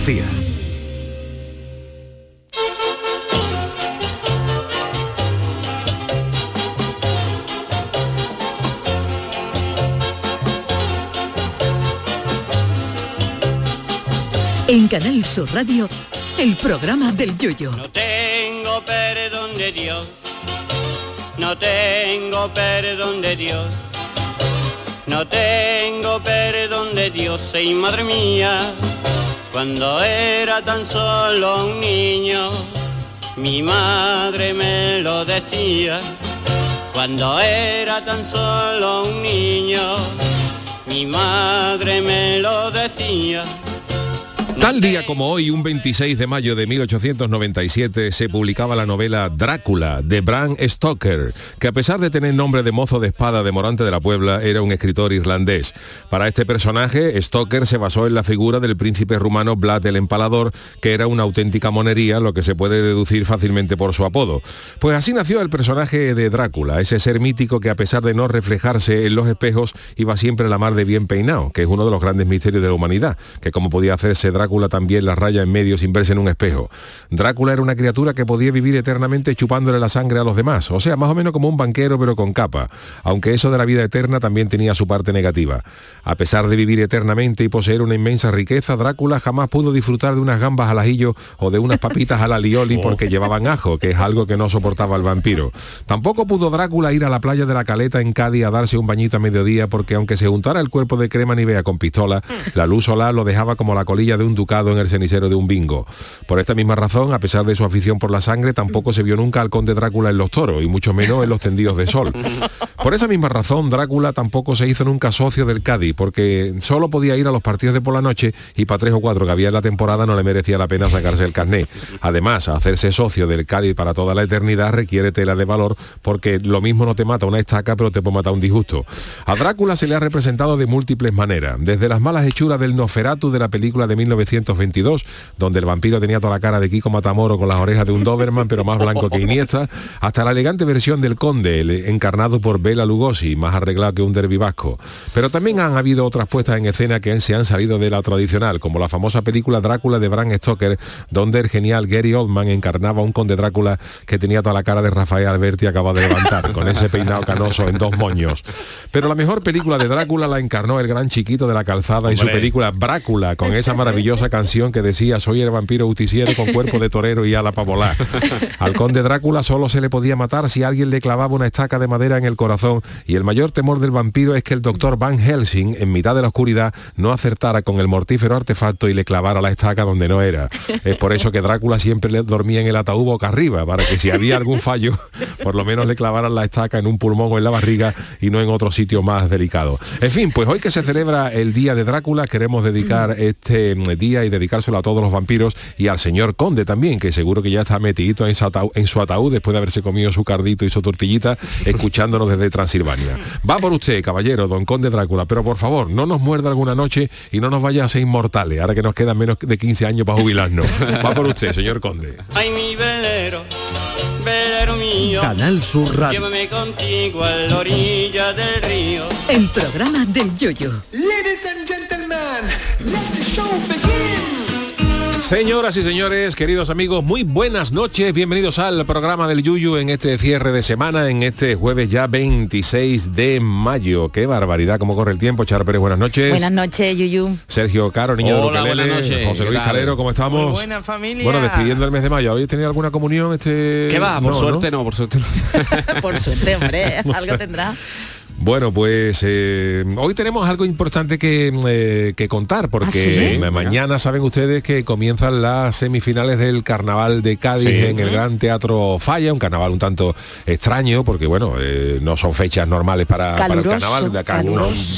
Andalucía. En Canal Sur Radio, el programa del Yoyo. No tengo perdón de Dios, no tengo perdón de Dios, no tengo perdón de Dios, y madre mía, cuando era tan solo un niño, mi madre me lo decía, cuando era tan solo un niño, mi madre me lo decía. Tal día como hoy, un 26 de mayo de 1897, se publicaba la novela Drácula, de Bram Stoker, que a pesar de tener nombre de mozo de espada de Morante de la Puebla, era un escritor irlandés. Para este personaje, Stoker se basó en la figura del príncipe rumano Vlad el Empalador, que era una auténtica monería, lo que se puede deducir fácilmente por su apodo. Pues así nació el personaje de Drácula, ese ser mítico que a pesar de no reflejarse en los espejos, iba siempre a la mar de bien peinado, que es uno de los grandes misterios de la humanidad, que como podía hacerse Drácula también la raya en medio sin verse en un espejo. Drácula era una criatura que podía vivir eternamente chupándole la sangre a los demás, o sea, más o menos como un banquero pero con capa, aunque eso de la vida eterna también tenía su parte negativa. A pesar de vivir eternamente y poseer una inmensa riqueza, Drácula jamás pudo disfrutar de unas gambas al ajillo o de unas papitas al alioli porque llevaban ajo, que es algo que no soportaba el vampiro. Tampoco pudo Drácula ir a la playa de la Caleta en Cádiz a darse un bañito a mediodía porque aunque se untara el cuerpo de crema Nivea con pistola, la luz solar lo dejaba como la colilla de un ducado en el cenicero de un bingo. Por esta misma razón, a pesar de su afición por la sangre, tampoco se vio nunca al conde Drácula en los toros, y mucho menos en los tendidos de sol. Por esa misma razón, Drácula tampoco se hizo nunca socio del Cádiz, porque solo podía ir a los partidos de por la noche, y para 3 o 4 que había en la temporada no le merecía la pena sacarse el carné. Además, hacerse socio del Cádiz para toda la eternidad requiere tela de valor, porque lo mismo no te mata una estaca, pero te puede matar un disgusto. A Drácula se le ha representado de múltiples maneras, desde las malas hechuras del Nosferatu de la película de 1922, donde el vampiro tenía toda la cara de Kiko Matamoro con las orejas de un Doberman, pero más blanco que Iniesta, hasta la elegante versión del Conde, encarnado por Bela Lugosi, más arreglado que un derbi vasco. Pero también han habido otras puestas en escena que se han salido de la tradicional, como la famosa película Drácula de Bram Stoker, donde el genial Gary Oldman encarnaba a un conde Drácula que tenía toda la cara de Rafael Alberti acabado de levantar, con ese peinado canoso en 2 moños. Pero la mejor película de Drácula la encarnó el gran Chiquito de la Calzada y su película Brácula, con esa maravillosa canción que decía: soy el vampiro justiciero con cuerpo de torero y ala para volar. Al conde Drácula solo se le podía matar si alguien le clavaba una estaca de madera en el corazón, y el mayor temor del vampiro es que el doctor Van Helsing, en mitad de la oscuridad, no acertara con el mortífero artefacto y le clavara la estaca donde no era. Es por eso que Drácula siempre le dormía en el ataúd boca arriba, para que si había algún fallo, por lo menos le clavaran la estaca en un pulmón o en la barriga y no en otro sitio más delicado. En fin, pues hoy que se celebra el Día de Drácula, queremos dedicar este día y dedicárselo a todos los vampiros y al señor conde también, que seguro que ya está metidito en su ataúd después de haberse comido su cardito y su tortillita, escuchándonos desde Transilvania. Va por usted, caballero, don conde Drácula, pero por favor, no nos muerda alguna noche y no nos vaya a ser inmortales, ahora que nos quedan menos de 15 años para jubilarnos. Va por usted, señor conde. Ay, mi velero, velero mío, Canal Sur Radio. llévame contigo a la orilla del río. El programa del Yoyo. Ladies and gentlemen, let the show begin. Señoras y señores, queridos amigos, muy buenas noches, bienvenidos al programa del Yuyu en este cierre de semana, en este jueves ya 26 de mayo. Qué barbaridad, cómo corre el tiempo. Charo Pérez, buenas noches. Buenas noches, Yuyu. Sergio Caro, niño Hola, de Ukelele. buenas noches. José Luis ¿Qué tal? Calero, ¿cómo estamos? Muy buena, familia. Bueno, despidiendo el mes de mayo. ¿Habéis tenido alguna comunión este...? ¿Qué va? Por suerte no, por suerte no. Por suerte, hombre, algo tendrá. Bueno, pues hoy tenemos algo importante que contar, porque mañana saben ustedes que comienzan las semifinales del Carnaval de Cádiz en el Gran Teatro Falla, un carnaval un tanto extraño, porque bueno, no son fechas normales para el carnaval, de acá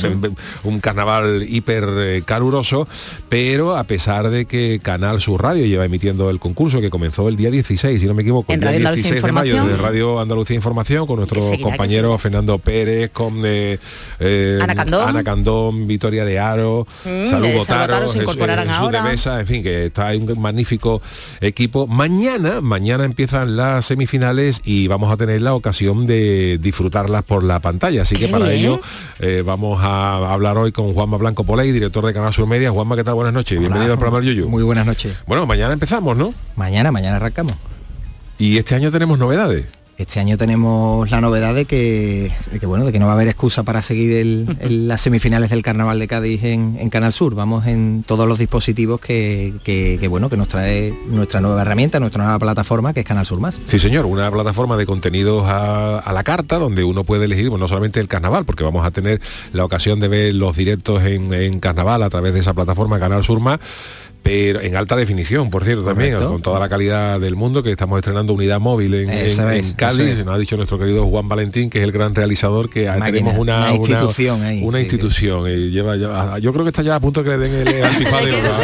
un carnaval hiper caluroso, pero a pesar de que Canal Sur Radio lleva emitiendo el concurso que comenzó el día 16, si no me equivoco, el día 16 de mayo de Radio Andalucía Información, con nuestro compañero Fernando Pérez, con Ana Candón, Victoria de Aro, Salud Botaro, se incorporarán Jesús ahora. de Mesa, en fin, que está un magnífico equipo. Mañana empiezan las semifinales y vamos a tener la ocasión de disfrutarlas por la pantalla, así que para bien. ello vamos a hablar hoy con Juanma Blanco Poley, director de Canal Sur Media. Juanma, ¿qué tal? Buenas noches, bienvenido al programa del Yuyu. Muy buenas noches. Bueno, mañana empezamos, ¿no? Mañana arrancamos. Y este año tenemos novedades. Este año tenemos la novedad de que no va a haber excusa para seguir las semifinales del Carnaval de Cádiz en Canal Sur. Vamos en todos los dispositivos que nos trae nuestra nueva herramienta, nuestra nueva plataforma, que es Canal Sur Más. Sí, señor, una plataforma de contenidos a la carta, donde uno puede elegir, no solamente el Carnaval, porque vamos a tener la ocasión de ver los directos en Carnaval a través de esa plataforma Canal Sur Más, pero en alta definición, por cierto. Correcto. También, con toda la calidad del mundo, que estamos estrenando unidad móvil en Cádiz. Nos ha dicho nuestro querido Juan Valentín, que es el gran realizador, que tenemos una institución ahí. Una institución. Yo creo que está ya a punto de que le den el antifaz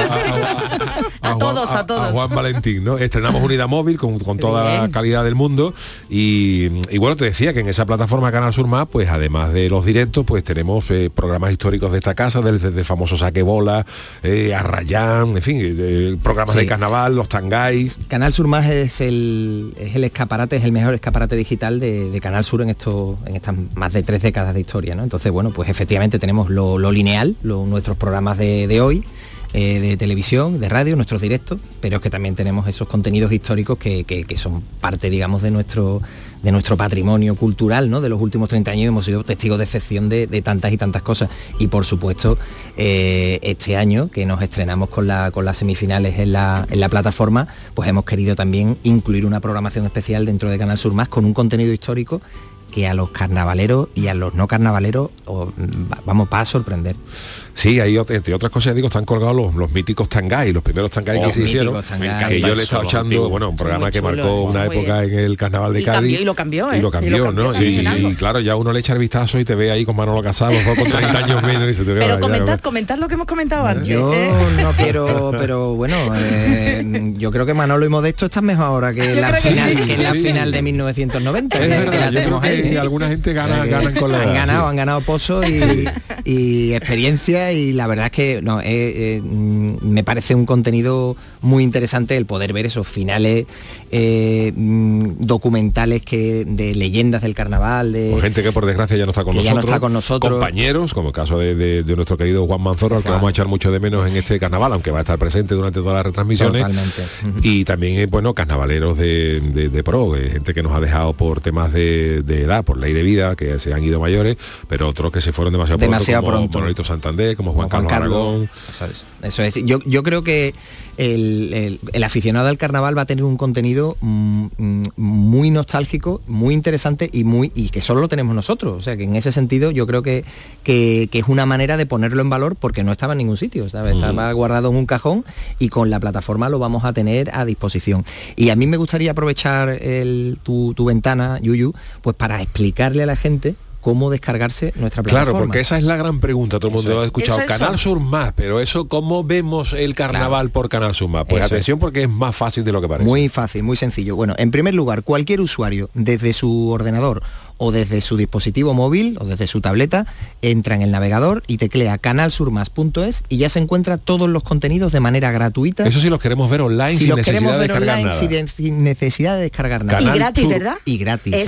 a Juan Valentín, ¿no? Estrenamos unidad móvil con toda la calidad del mundo y bueno, te decía que en esa plataforma Canal Sur Más, pues además de los directos, pues tenemos programas históricos de esta casa, desde famoso Saque Bola, Arrayán, en fin, programas de carnaval, los tangáis. Canal Sur Más es el escaparate, es el mejor escaparate digital de Canal Sur en estas más de 3 décadas de historia, ¿no? Entonces, bueno, pues efectivamente tenemos lo lineal, nuestros programas de hoy, de televisión, de radio, nuestros directos, pero es que también tenemos esos contenidos históricos que son parte, digamos, de nuestro patrimonio cultural, ¿no? De los últimos 30 años hemos sido testigos de excepción de tantas y tantas cosas. Y por supuesto, este año que nos estrenamos con las semifinales en la plataforma, pues hemos querido también incluir una programación especial dentro de Canal Sur Más con un contenido histórico que a los carnavaleros y a los no carnavaleros va a sorprender. Sí, ahí entre otras cosas, digo, están colgados los míticos tangáis, los primeros tangáis que se hicieron, que yo le he estado echando, un programa que marcó una época en el Carnaval de Cádiz. Y lo cambió, ¿no? Y claro, ya uno le echa el vistazo y te ve ahí con Manolo Casado, con 30 años menos. Y se te ve, pero comentad lo que hemos comentado antes. Yo no quiero, pero bueno, yo creo que Manolo y Modesto están mejor ahora que en la final de 1990. Es verdad, yo creo que alguna gente ganan con la edad. Han ganado pozo y experiencia, y la verdad es que me parece un contenido muy interesante el poder ver esos finales documentales de leyendas del carnaval, con gente que por desgracia ya no está con nosotros, compañeros, como el caso de nuestro querido Juan Manzorro, al que vamos a echar mucho de menos en este carnaval, aunque va a estar presente durante todas las retransmisiones. Totalmente. Y también carnavaleros de pro, gente que nos ha dejado por temas de edad, por ley de vida, que se han ido mayores, pero otros que se fueron demasiado pronto, como Manolito Santander, como Juan Carlos Aragón. Eso es. Yo creo que el aficionado al carnaval va a tener un contenido muy nostálgico, muy interesante y que solo lo tenemos nosotros. O sea que en ese sentido yo creo que es una manera de ponerlo en valor, porque no estaba en ningún sitio, ¿sabes? Estaba guardado en un cajón y con la plataforma lo vamos a tener a disposición. Y a mí me gustaría aprovechar tu ventana, Yuyu, pues para explicarle a la gente cómo descargarse nuestra plataforma. Claro, porque esa es la gran pregunta, todo el mundo ha escuchado Canal Sur Más, pero eso, ¿cómo vemos el carnaval por Canal Sur Más? Pues atención, porque es más fácil de lo que parece. Muy fácil, muy sencillo. Bueno, en primer lugar, cualquier usuario desde su ordenador o desde su dispositivo móvil o desde su tableta entra en el navegador y teclea canalsurmas.es y ya se encuentra todos los contenidos de manera gratuita. Eso sí los queremos ver online, sin necesidad de descargar nada. Sin necesidad de descargar nada. Y gratis, ¿verdad? Y gratis.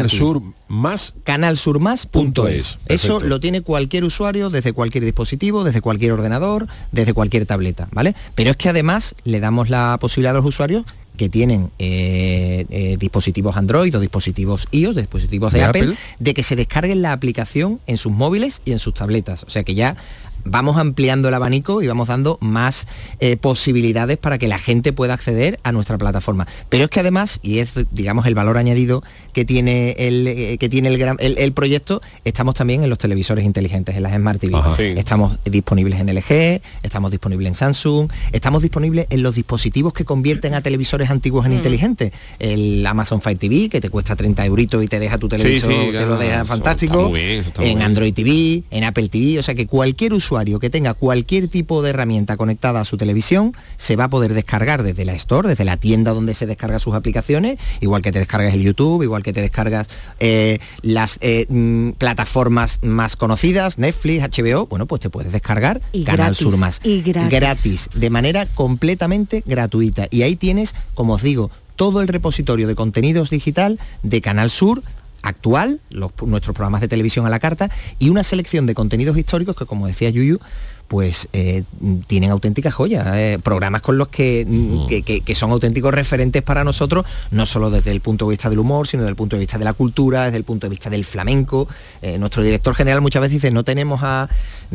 Canalsurmas.es. Eso lo tiene cualquier usuario desde cualquier dispositivo, desde cualquier ordenador, desde cualquier tableta, ¿vale? Pero es que además le damos la posibilidad a los usuarios que tienen dispositivos Android o dispositivos iOS, dispositivos de Apple, de que se descarguen la aplicación en sus móviles y en sus tabletas. O sea que ya vamos ampliando el abanico y vamos dando más posibilidades para que la gente pueda acceder a nuestra plataforma. Pero es que además, y es, digamos, el valor añadido que tiene el proyecto, estamos también en los televisores inteligentes, en las Smart TV. Ajá, sí. Estamos disponibles en LG, estamos disponibles en Samsung, estamos disponibles en los dispositivos que convierten a televisores antiguos en inteligentes. El Amazon Fire TV, que te cuesta 30 euritos y te deja tu televisor, te lo deja fantástico. Está muy bien, en Android TV, en Apple TV, o sea que cualquier usuario usuario que tenga cualquier tipo de herramienta conectada a su televisión se va a poder descargar desde la Store, desde la tienda donde se descarga sus aplicaciones, igual que te descargas el YouTube, igual que te descargas las plataformas más conocidas, Netflix, HBO, bueno, pues te puedes descargar Canal Sur Más. Y gratis. De manera completamente gratuita. Y ahí tienes, como os digo, todo el repositorio de contenidos digital de Canal Sur actual, nuestros programas de televisión a la carta y una selección de contenidos históricos que, como decía Yuyu, pues tienen auténticas joyas, programas con los que son auténticos referentes para nosotros, no solo desde el punto de vista del humor, sino desde el punto de vista de la cultura, desde el punto de vista del flamenco. Nuestro director general muchas veces dice, no tenemos a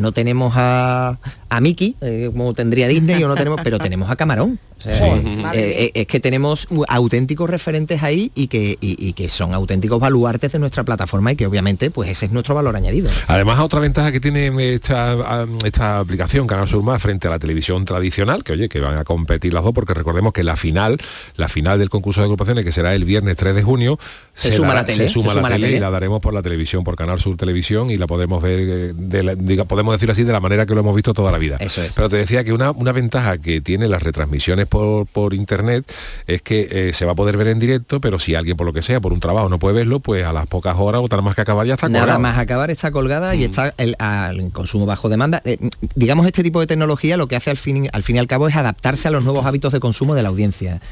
Mickey, como tendría Disney, o no tenemos, pero tenemos a Camarón. O sea, es que tenemos auténticos referentes ahí y que son auténticos baluartes de nuestra plataforma y que obviamente pues ese es nuestro valor añadido. Además, otra ventaja que tiene esta aplicación Canal Sur Más frente a la televisión tradicional, que van a competir las dos, porque recordemos que la final del concurso de agrupaciones, que será el viernes 3 de junio, se suma la tele y la daremos por la televisión, por Canal Sur Televisión, y la podemos ver, podemos decir así, de la manera que lo hemos visto toda la vida. Eso es. Pero te decía que una ventaja que tiene las retransmisiones por internet es que se va a poder ver en directo, pero si alguien por lo que sea, por un trabajo no puede verlo, pues a las pocas horas o nada más que acabar ya está colgada. Nada más acabar está colgada y está al consumo bajo demanda. Digamos, este tipo de tecnología lo que hace al fin y al cabo es adaptarse a los nuevos hábitos de consumo de la audiencia.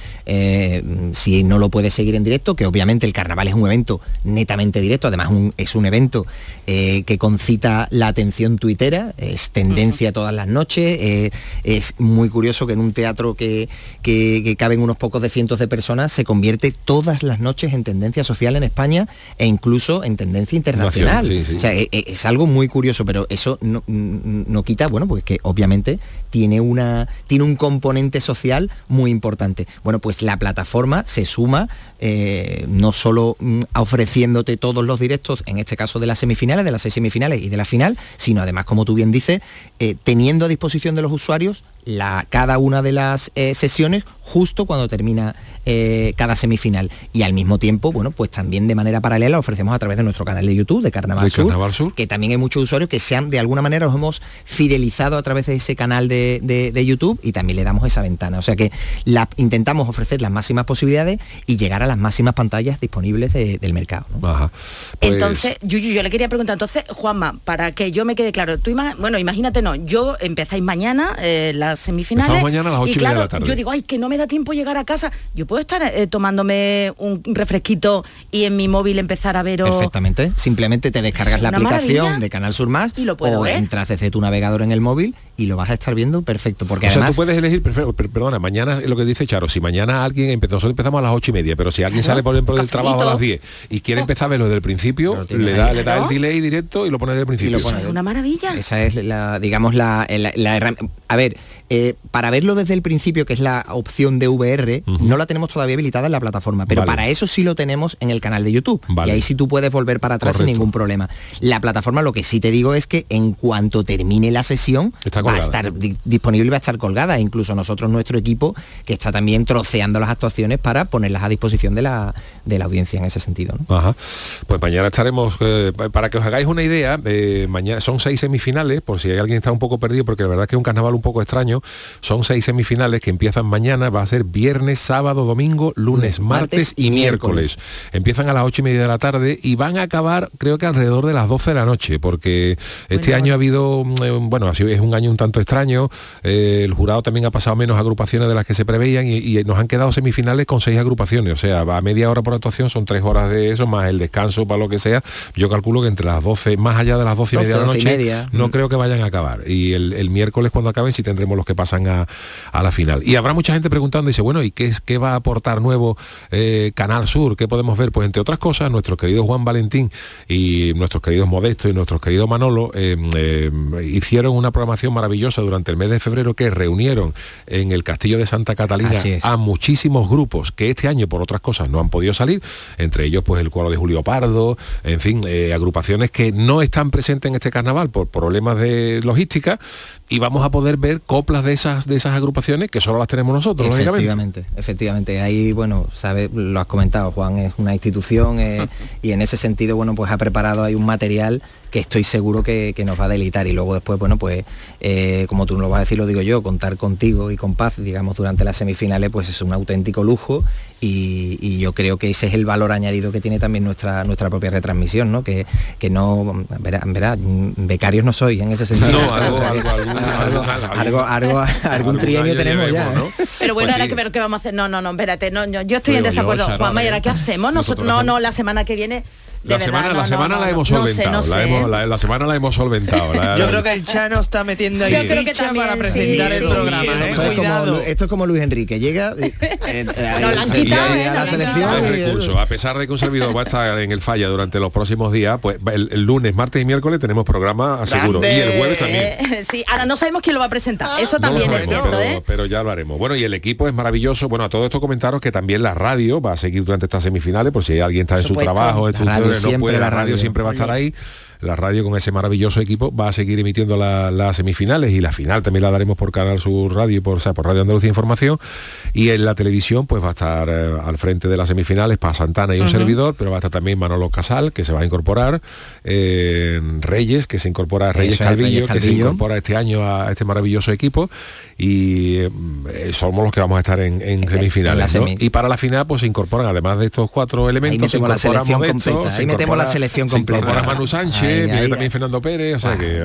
Si no lo puedes seguir en directo, que obviamente el carnaval es un evento netamente directo, además es un evento que concita la atención tuitera, es tendencia todas las noches, es muy curioso que en un teatro que caben unos pocos de cientos de personas se convierte todas las noches en tendencia social en España e incluso en tendencia internacional. Sí. O sea, es algo muy curioso, pero eso no quita, bueno, pues que obviamente tiene un componente social muy importante. Bueno, pues la plataforma se suma no solo ofreciéndote todos los directos, en este caso de las semifinales, de las 6 semifinales y de la final, sino además, como tú bien dices, teniendo a disposición de los usuarios cada una de las sesiones justo cuando termina cada semifinal, y al mismo tiempo, bueno, pues también de manera paralela ofrecemos a través de nuestro canal de YouTube de Carnaval Sur, que también hay muchos usuarios que de alguna manera los hemos fidelizado a través de ese canal de YouTube, y también le damos esa ventana, o sea que intentamos ofrecer las máximas posibilidades y llegar a las máximas pantallas disponibles del mercado, ¿no? Ajá. Pues... Entonces, Yuyu, yo le quería preguntar, entonces, Juanma, para que yo me quede claro, imagínate, empezáis mañana las semifinales. Empezamos mañana a las 8:30 de la tarde. Yo digo, que no me da tiempo llegar a casa. Yo puedo estar tomándome un refresquito y en mi móvil empezar a ver. Perfectamente. Simplemente te descargas la aplicación de Canal Sur Más y lo puedo ver. Entras desde tu navegador en el móvil y lo vas a estar viendo perfecto. Porque además, tú puedes elegir, perdona, mañana es lo que dice Charo, si mañana alguien nosotros empezamos a las 8:30, pero si alguien sale, por ejemplo, del trabajo a las 10 y quiere empezar a verlo desde el principio, le da el delay directo y lo pone desde el principio. Es una maravilla. Esa es la herramienta. A ver, para verlo desde el principio, que es la opción de VR, no la tenemos todavía habilitada en la plataforma, pero para eso sí lo tenemos en el canal de YouTube. Y ahí sí tú puedes volver para atrás sin ningún problema. La plataforma, lo que sí te digo es que en cuanto termine la sesión va a estar disponible y va a estar colgada. Incluso nosotros, nuestro equipo, que está también troceando las actuaciones para ponerlas a disposición de la audiencia en ese sentido, ¿no? Ajá. Pues mañana estaremos, para que os hagáis una idea, mañana son 6 semifinales, por si hay alguien que está un poco perdido, porque la verdad es que es un carnaval un poco extraño. Son 6 semifinales que empiezan mañana, va a ser viernes, sábado, domingo, lunes, martes y miércoles. Empiezan a las 8:30 de la tarde y van a acabar, creo que alrededor de las 12 de la noche, porque este año ha habido, es un año un tanto extraño, el jurado también ha pasado menos agrupaciones de las que se preveían y nos han quedado semifinales con 6 agrupaciones, o sea, a media hora por actuación, son 3 horas de eso, más el descanso para lo que sea. Yo calculo que entre las 12, más allá de las 12:30 de la noche, no creo que vayan a acabar. Y el miércoles, cuando acaben, sí tendremos los que pasan a la final. Y habrá mucha gente preguntando, dice, bueno, ¿y qué va a aportar nuevo Canal Sur? ¿Qué podemos ver? Pues entre otras cosas, nuestro querido Juan Valentín y nuestros queridos Modesto y nuestros queridos Manolo hicieron una programación maravillosa durante el mes de febrero, que reunieron en el Castillo de Santa Catalina a muchísimos grupos que este año por otras cosas no han podido salir, entre ellos pues el Coro de Julio Pardo, en fin, agrupaciones que no están presentes en este carnaval por problemas de logística, y vamos a poder ver coplas de esas agrupaciones que solo las tenemos nosotros. Efectivamente. Ahí, bueno, lo has comentado, Juan, es una institución y en ese sentido, bueno, pues ha preparado ahí un material que estoy seguro que nos va a deleitar. Y luego después, bueno, pues como tú no lo vas a decir, lo digo yo, contar contigo y con Paz, digamos, durante las semifinales, pues es un auténtico lujo y yo creo que ese es el valor añadido que tiene también nuestra propia retransmisión, ¿no? Que no, verá, becarios no soy en ese sentido. No, algún trienio tenemos ya, ¿no? Pero bueno, Pues ahora sí. ¿qué vamos a hacer? No, espérate, yo estoy en Digo, desacuerdo. Sara, Juanma, ¿y ahora qué hacemos? Nosotros, no, la semana que viene... La semana la hemos solventado. No sé. La semana la hemos solventado. Yo creo que el Chano está metiendo ahí Yo creo que ficha también, para presentar el programa. Esto es como Luis Enrique, llega... No, la han quitado, a la selección. El recurso, a pesar de que un servidor va a estar en el Falla durante los próximos días, pues el lunes, martes y miércoles tenemos programa seguro. Y el jueves también. Sí, ahora no sabemos quién lo va a presentar. Eso No lo también sabemos, es cierto, pero ya lo haremos. Bueno, y el equipo es maravilloso. Bueno, a todo esto comentaros que también la radio va a seguir durante estas semifinales, por si alguien está en su supuesto. trabajo, no puede, la radio radio. siempre va a estar ahí. La radio con ese maravilloso equipo va a seguir emitiendo las semifinales y la final también la daremos por Canal Sur Radio y por Radio Andalucía Información, y en la televisión pues va a estar al frente de las semifinales Paz Santana y un servidor, pero va a estar también Manolo Casal, que se va a incorporar, Reyes, que se incorpora, Reyes Calvillo, que se incorpora este año a este maravilloso equipo, y somos los que vamos a estar en semifinales, ¿no? Y para la final pues se incorporan, además de estos 4 elementos, Ahí metemos la selección completa. Se incorpora Manu Sánchez, viene también Fernando Pérez, o sea que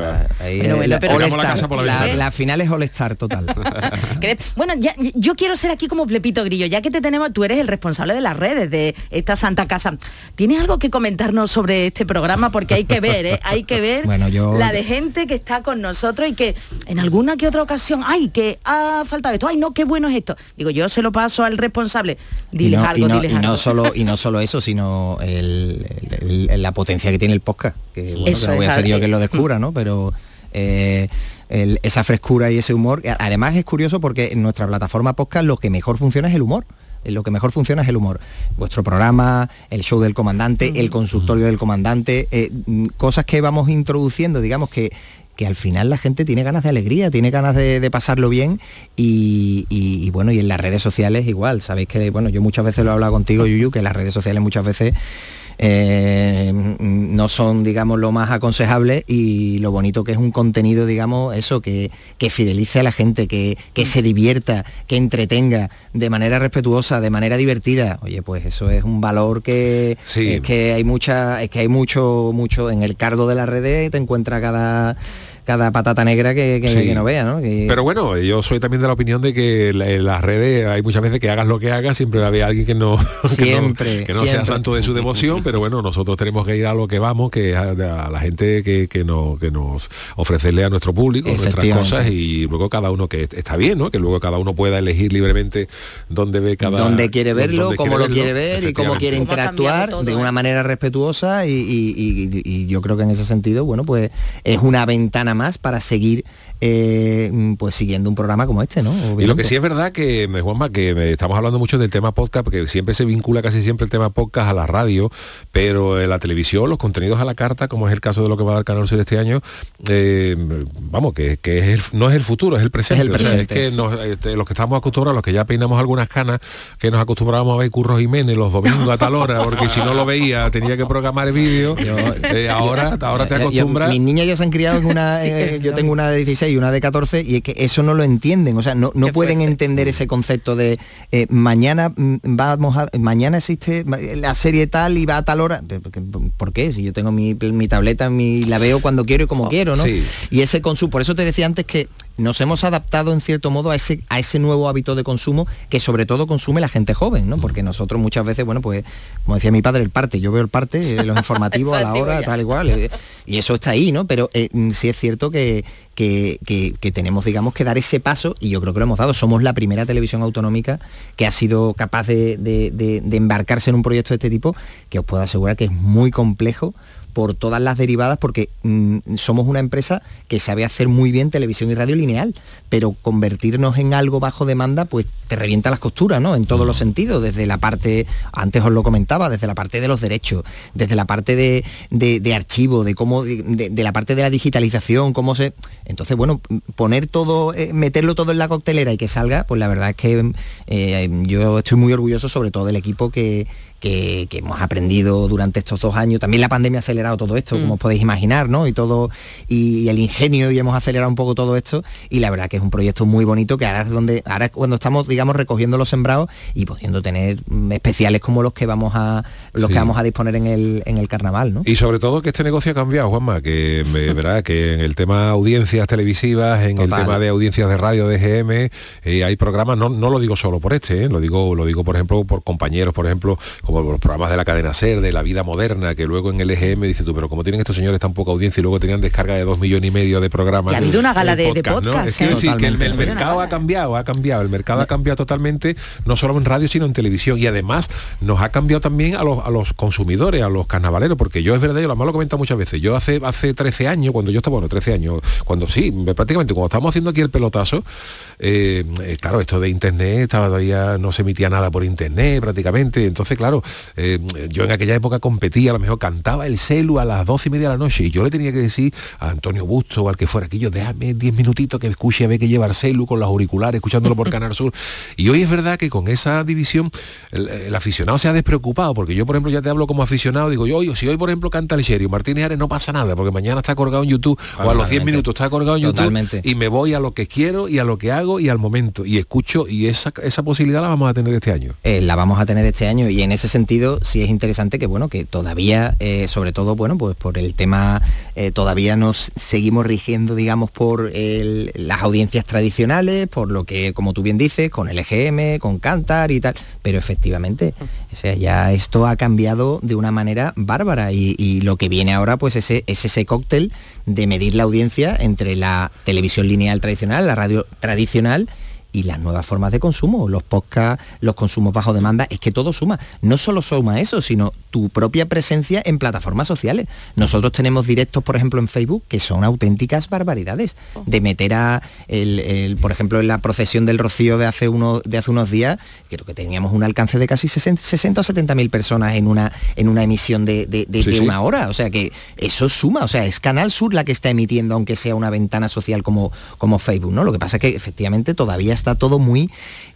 la final es All-Star total. Bueno, yo quiero ser aquí como Pepito Grillo, ya que te tenemos, tú eres el responsable de las redes de esta Santa Casa. ¿Tienes algo que comentarnos sobre este programa? Porque hay que ver, hay que ver la de gente que está con nosotros y que en alguna que otra ocasión, ay, que ha faltado esto, ay, no, qué bueno es esto. Digo, yo se lo paso al responsable, diles algo. Y no solo eso, sino la potencia que tiene el podcast, que bueno, que no voy a ser yo que lo descubra, ¿no? Pero esa frescura y ese humor, además es curioso porque en nuestra plataforma podcast lo que mejor funciona es el humor. Vuestro programa, el show del comandante, el consultorio del comandante, cosas que vamos introduciendo, digamos que al final la gente tiene ganas de alegría, tiene ganas de pasarlo bien y bueno, y en las redes sociales igual. Sabéis que, bueno, yo muchas veces lo he hablado contigo, Yuyu, que las redes sociales muchas veces no son, digamos, lo más aconsejable, y lo bonito que es un contenido, digamos, eso, que fidelice a la gente, que se divierta, que entretenga de manera respetuosa, de manera divertida. Oye, pues eso es un valor que sí. es que hay mucho en el cardo de las redes, te encuentra cada patata negra que no vea, ¿no? Pero bueno, yo soy también de la opinión de que en las redes hay muchas veces que hagas lo que hagas, siempre va a haber alguien que no sea santo de su devoción, pero bueno, nosotros tenemos que ir a lo que vamos, que a la gente que nos ofrecerle a nuestro público nuestras cosas, y luego cada uno, que está bien, ¿no? Que luego cada uno pueda elegir libremente dónde quiere verlo, cómo lo quiere ver y cómo quiere interactuar todo, de una manera respetuosa, y yo creo que en ese sentido, bueno, pues es una ventana más para seguir pues siguiendo un programa como este, ¿no? Obviamente. Y lo que sí es verdad que, Juanma, que estamos hablando mucho del tema podcast, porque siempre se vincula casi siempre el tema podcast a la radio, pero en la televisión, los contenidos a la carta, como es el caso de lo que va a dar Canal Sur este año, vamos, que no es el futuro, es el presente. O sea, es que los que estamos acostumbrados, los que ya peinamos algunas canas, que nos acostumbrábamos a ver Curros Jiménez los domingos a tal hora, porque si no lo veía tenía que programar el vídeo. Ahora te acostumbras. Mis niñas ya se han criado en una... yo tengo una de 16 y una de 14, y es que eso no lo entienden, o sea, no pueden entender ese concepto de mañana existe la serie tal y va a tal hora. ¿Por qué? Si yo tengo mi tableta, la veo cuando quiero y como quiero, ¿no? Sí. Y ese consumo, por eso te decía antes que nos hemos adaptado en cierto modo a ese nuevo hábito de consumo que sobre todo consume la gente joven, ¿no? Porque nosotros muchas veces, bueno, pues como decía mi padre, el parte, yo veo el parte, los informativos a la hora, tal y cual, y eso está ahí, ¿no? Pero sí es cierto que tenemos, digamos, que dar ese paso, y yo creo que lo hemos dado. Somos la primera televisión autonómica que ha sido capaz de embarcarse en un proyecto de este tipo, que os puedo asegurar que es muy complejo por todas las derivadas, porque somos una empresa que sabe hacer muy bien televisión y radio lineal, pero convertirnos en algo bajo demanda, pues te revienta las costuras, ¿no? En todos los sentidos, desde la parte, antes os lo comentaba, desde la parte de los derechos, desde la parte de archivo, de cómo, de la parte de la digitalización, cómo se... Entonces, bueno, poner todo, meterlo todo en la coctelera y que salga, pues la verdad es que yo estoy muy orgulloso, sobre todo del equipo que que hemos aprendido durante estos 2 años. También la pandemia ha acelerado todo esto, como os podéis imaginar, ¿no? Y el ingenio, y hemos acelerado un poco todo esto, y la verdad que es un proyecto muy bonito, que ahora es cuando estamos, digamos, recogiendo los sembrados y pudiendo tener especiales como los que vamos a disponer en el carnaval, ¿no? Y sobre todo que este negocio ha cambiado, Juanma, que verdad que en el tema audiencias televisivas, en Total. el tema de audiencias de radio de GM, hay programas, no lo digo solo por lo digo por ejemplo por compañeros, por ejemplo, como los programas de la cadena SER, de La Vida Moderna, que luego en el EGM dices tú, pero como tienen estos señores tan poca audiencia y luego tenían descarga de 2,5 millones de programas. Que ha habido una gala de podcast, ¿no? Es que decir que el mercado ha cambiado, el mercado ha cambiado totalmente, no solo en radio sino en televisión, y además nos ha cambiado también a los consumidores, a los carnavaleros, porque yo es verdad, yo lo he comentado muchas veces, yo hace 13 años, cuando yo estaba, 13 años, cuando prácticamente cuando estábamos haciendo aquí el pelotazo, claro, esto de internet todavía no se emitía nada por internet prácticamente, entonces claro, yo en aquella época competía, a lo mejor cantaba el celu a las 12:30 de la noche y yo le tenía que decir a Antonio Busto o al que fuera aquello, déjame 10 minutitos que escuche a ver que lleva el celu con los auriculares escuchándolo por Canal Sur. Y hoy es verdad que con esa división el aficionado se ha despreocupado, porque yo por ejemplo ya te hablo como aficionado, digo si hoy por ejemplo canta el Sherio Martínez Ares, no pasa nada, porque mañana está colgado en YouTube, o a los 10 minutos está colgado en YouTube. Totalmente. Y me voy a lo que quiero y a lo que hago y al momento, y escucho, y esa posibilidad la vamos a tener este año. La vamos a tener este año, y en ese sentido sí es interesante que que todavía, sobre todo, pues por el tema, todavía nos seguimos rigiendo, digamos, por las audiencias tradicionales, por lo que, como tú bien dices, con el EGM, con Cantar y tal, pero efectivamente, o sea, ya esto ha cambiado de una manera bárbara, y lo que viene ahora pues es ese cóctel de medir la audiencia entre la televisión lineal tradicional, la radio tradicional, y las nuevas formas de consumo, los podcasts, los consumos bajo demanda, es que todo suma. No solo suma eso, sino tu propia presencia en plataformas sociales. Nosotros tenemos directos, por ejemplo, en Facebook, que son auténticas barbaridades. De meter por ejemplo, en la procesión del Rocío de hace unos días, creo que teníamos un alcance de casi 60 o 70.000 personas en una emisión de una hora. O sea que eso suma. O sea, es Canal Sur la que está emitiendo, aunque sea una ventana social como Facebook, ¿no? Lo que pasa es que efectivamente todavía está todo muy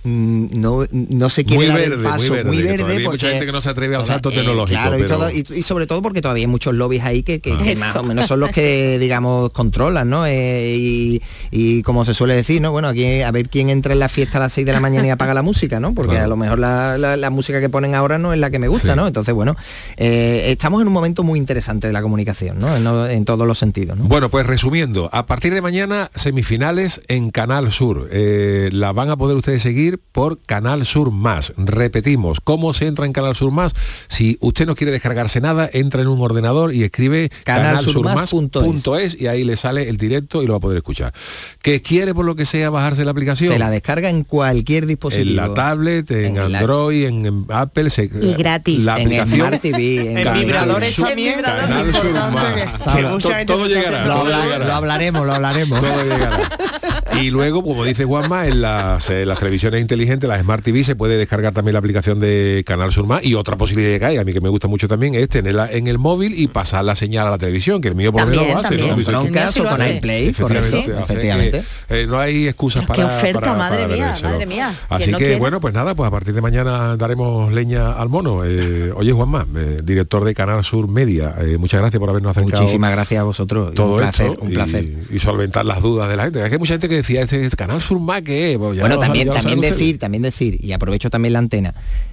no se quiere dar el paso, muy verde porque hay mucha gente que no se atreve al salto tecnológico, claro, y sobre todo porque todavía hay muchos lobbies ahí que más o menos son los que, digamos, controlan, ¿no? Y como se suele decir, ¿no? Bueno, aquí a ver quién entra en la fiesta a las 6 de la mañana y apaga la música, ¿no? Porque a lo mejor la música que ponen ahora no es la que me gusta, ¿no? Entonces, bueno, estamos en un momento muy interesante de la comunicación, ¿no? En todos los sentidos, ¿no? Bueno, pues resumiendo, a partir de mañana, semifinales en Canal Sur. La van a poder ustedes seguir por Canal Sur Más. Repetimos, ¿cómo se entra en Canal Sur Más? Si usted no quiere descargarse nada, entra en un ordenador y escribe canalsurmas.es y ahí le sale el directo y lo va a poder escuchar. ¿Que quiere por lo que sea bajarse la aplicación? Se la descarga en cualquier dispositivo. En la tablet, en Android, en Apple. Y gratis. La aplicación. En Smart TV. En vibradores también. Canal Sur Más. Todo llegará. Lo hablaremos. Todo llegará. Y luego, como dice Juanma, en las televisiones inteligentes, las Smart TV, se puede descargar también la aplicación de Canal Sur Más, y otra posibilidad que hay, a mí que me gusta mucho también, es tenerla en el móvil y pasar la señal a la televisión, que el mío por lo menos lo hace, ¿no? Con caso, con iPlay, efectivamente. No hay excusas para... ¡Qué oferta, para madre mía! Así que, bueno, pues nada, pues a partir de mañana daremos leña al mono. Oye, Juanma, director de Canal Sur Media, muchas gracias por habernos acercado. Muchísimas gracias a vosotros. Todo un placer. Y solventar las dudas de la gente. Es que hay mucha gente que decía, este Canal Sur Más, ¿qué es? Pues bueno, también decir, y aprovecho también la antena,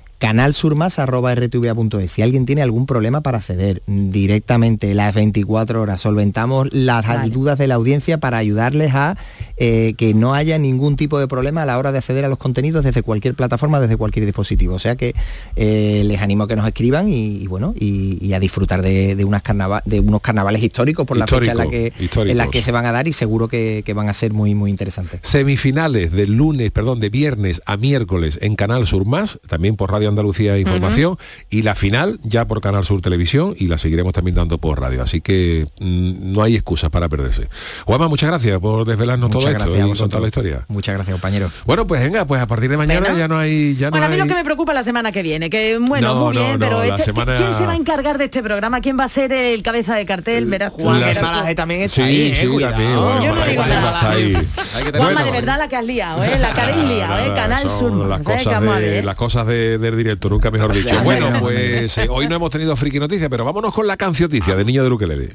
canalsurmas@rtva.es. Si alguien tiene algún problema para acceder directamente las 24 horas, solventamos las dudas de la audiencia para ayudarles a que no haya ningún tipo de problema a la hora de acceder a los contenidos desde cualquier plataforma, desde cualquier dispositivo. O sea que les animo a que nos escriban y a disfrutar de unos carnavales históricos por la fecha en la que se van a dar, y seguro que van a ser muy, muy interesantes. Semifinales de viernes a miércoles en Canal Sur Más, también por Radio Andalucía Información, y la final ya por Canal Sur Televisión, y la seguiremos también dando por radio, así que no hay excusas para perderse. Juanma, muchas gracias por desvelarnos todo esto y contar la historia. Muchas gracias, compañero. Bueno, pues venga, pues a partir de mañana ya no hay... a mí lo que me preocupa la semana que viene, que pero ¿quién se va a encargar de este programa? ¿Quién va a ser el cabeza de cartel? Verás, Juan, también está ahí, también. Yo no digo nada. Juanma, de verdad la que has liado, la que habéis liado, Canal Sur. Las cosas de del directo, nunca mejor dicho. Bueno, pues hoy no hemos tenido friki noticias, pero vámonos con la cancioticia del niño del ukelele.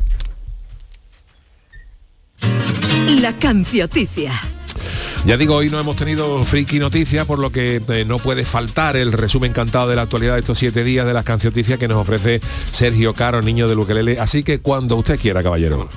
La cancioticia. Ya digo, hoy no hemos tenido friki noticias, por lo que no puede faltar el resumen cantado de la actualidad de estos 7 días de las cancioticias que nos ofrece Sergio Caro, niño del ukelele. Así que cuando usted quiera, caballero.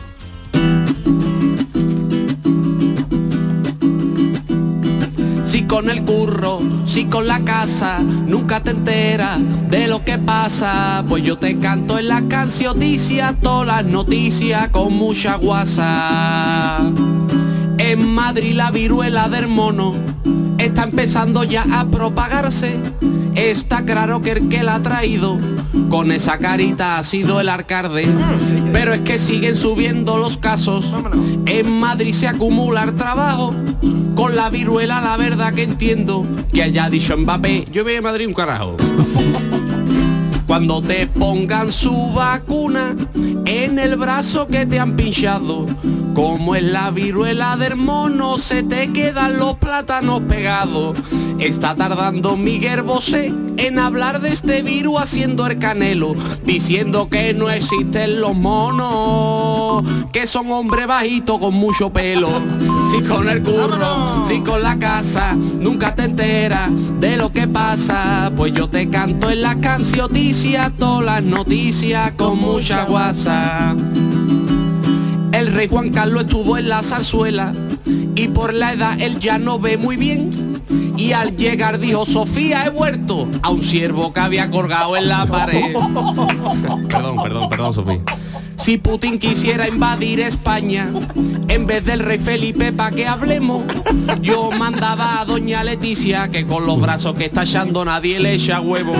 Si con el curro, si con la casa, nunca te enteras de lo que pasa, pues yo te canto en la cancioticia todas las noticias con mucha guasa. En Madrid la viruela del mono está empezando ya a propagarse. Está claro que el que la ha traído con esa carita ha sido el alcalde. Pero es que siguen subiendo los casos. En Madrid se acumula el trabajo. Con la viruela la verdad que entiendo que haya dicho Mbappé, yo voy a Madrid un carajo. Cuando te pongan su vacuna en el brazo que te han pinchado, como es la viruela del mono, se te quedan los plátanos pegados. Está tardando Miguel Bosé en hablar de este virus haciendo el canelo, diciendo que no existen los monos, que son hombres bajitos con mucho pelo. Si con el curro, si con la casa, nunca te enteras de lo que pasa, pues yo te canto en la cancioticia todas las noticias con mucha guasa. El rey Juan Carlos estuvo en la zarzuela y por la edad él ya no ve muy bien. Y al llegar dijo, Sofía, he vuelto, a un ciervo que había colgado en la pared. Perdón, Sofía. Si Putin quisiera invadir España, en vez del rey Felipe, pa' que hablemos, yo mandaba a doña Leticia, que con los brazos que está echando nadie le echa huevo.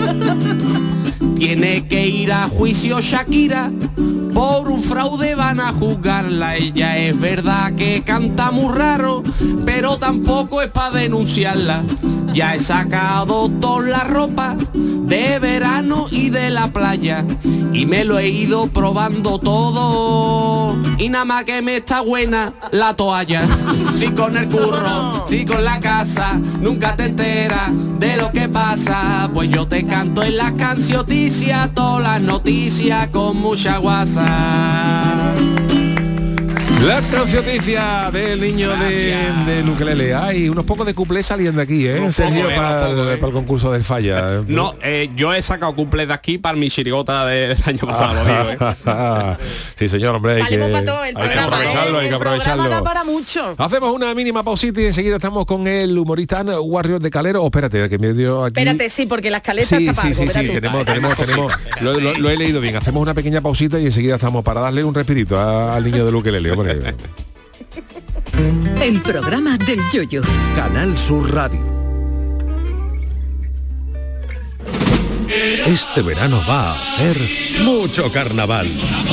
Tiene que ir a juicio Shakira, por un fraude van a juzgarla. Ella es verdad que canta muy raro, pero tampoco es para denunciarla. Ya he sacado toda la ropa de verano y de la playa y me lo he ido probando todo y nada más que me está buena la toalla. Si con el curro, si con la casa, nunca te enteras de lo que pasa, pues yo te canto en las cancioticias todas las noticias con mucha guasa. La cancioticia del niño del ukelele. Hay unos pocos de cuplés saliendo aquí, Sergio, para el concurso del Falla. No, yo he sacado cuplés de aquí para mi chirigota del año pasado, lo digo, Sí, señor, hombre, hay que aprovecharlo, hay que aprovecharlo. Da para mucho. Hacemos una mínima pausita y enseguida estamos con el humorista Warrior de Calero. Espérate, que me dio aquí. Espérate, sí, porque las caletas está para algo. Tenemos. Lo he leído bien. Hacemos una pequeña pausita y enseguida estamos para darle un respirito al niño del ukelele, hombre. El programa del Yoyo. Canal Sur Radio. Este verano va a hacer mucho carnaval.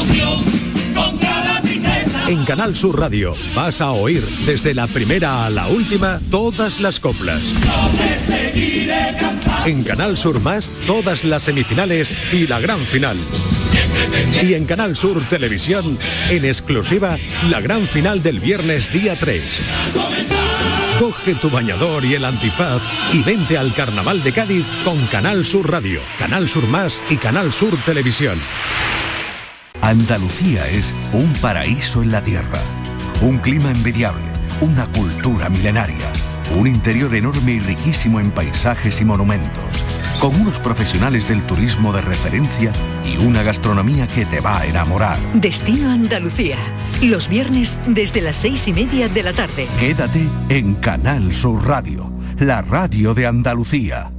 En Canal Sur Radio vas a oír desde la primera a la última todas las coplas. En Canal Sur Más todas las semifinales y la gran final. Y en Canal Sur Televisión, en exclusiva, la gran final del viernes día 3. Coge tu bañador y el antifaz y vente al Carnaval de Cádiz con Canal Sur Radio, Canal Sur Más y Canal Sur Televisión. Andalucía es un paraíso en la tierra, un clima envidiable, una cultura milenaria, un interior enorme y riquísimo en paisajes y monumentos, con unos profesionales del turismo de referencia y una gastronomía que te va a enamorar. Destino Andalucía, los viernes desde las 6:30 de la tarde. Quédate en Canal Sur Radio, la radio de Andalucía.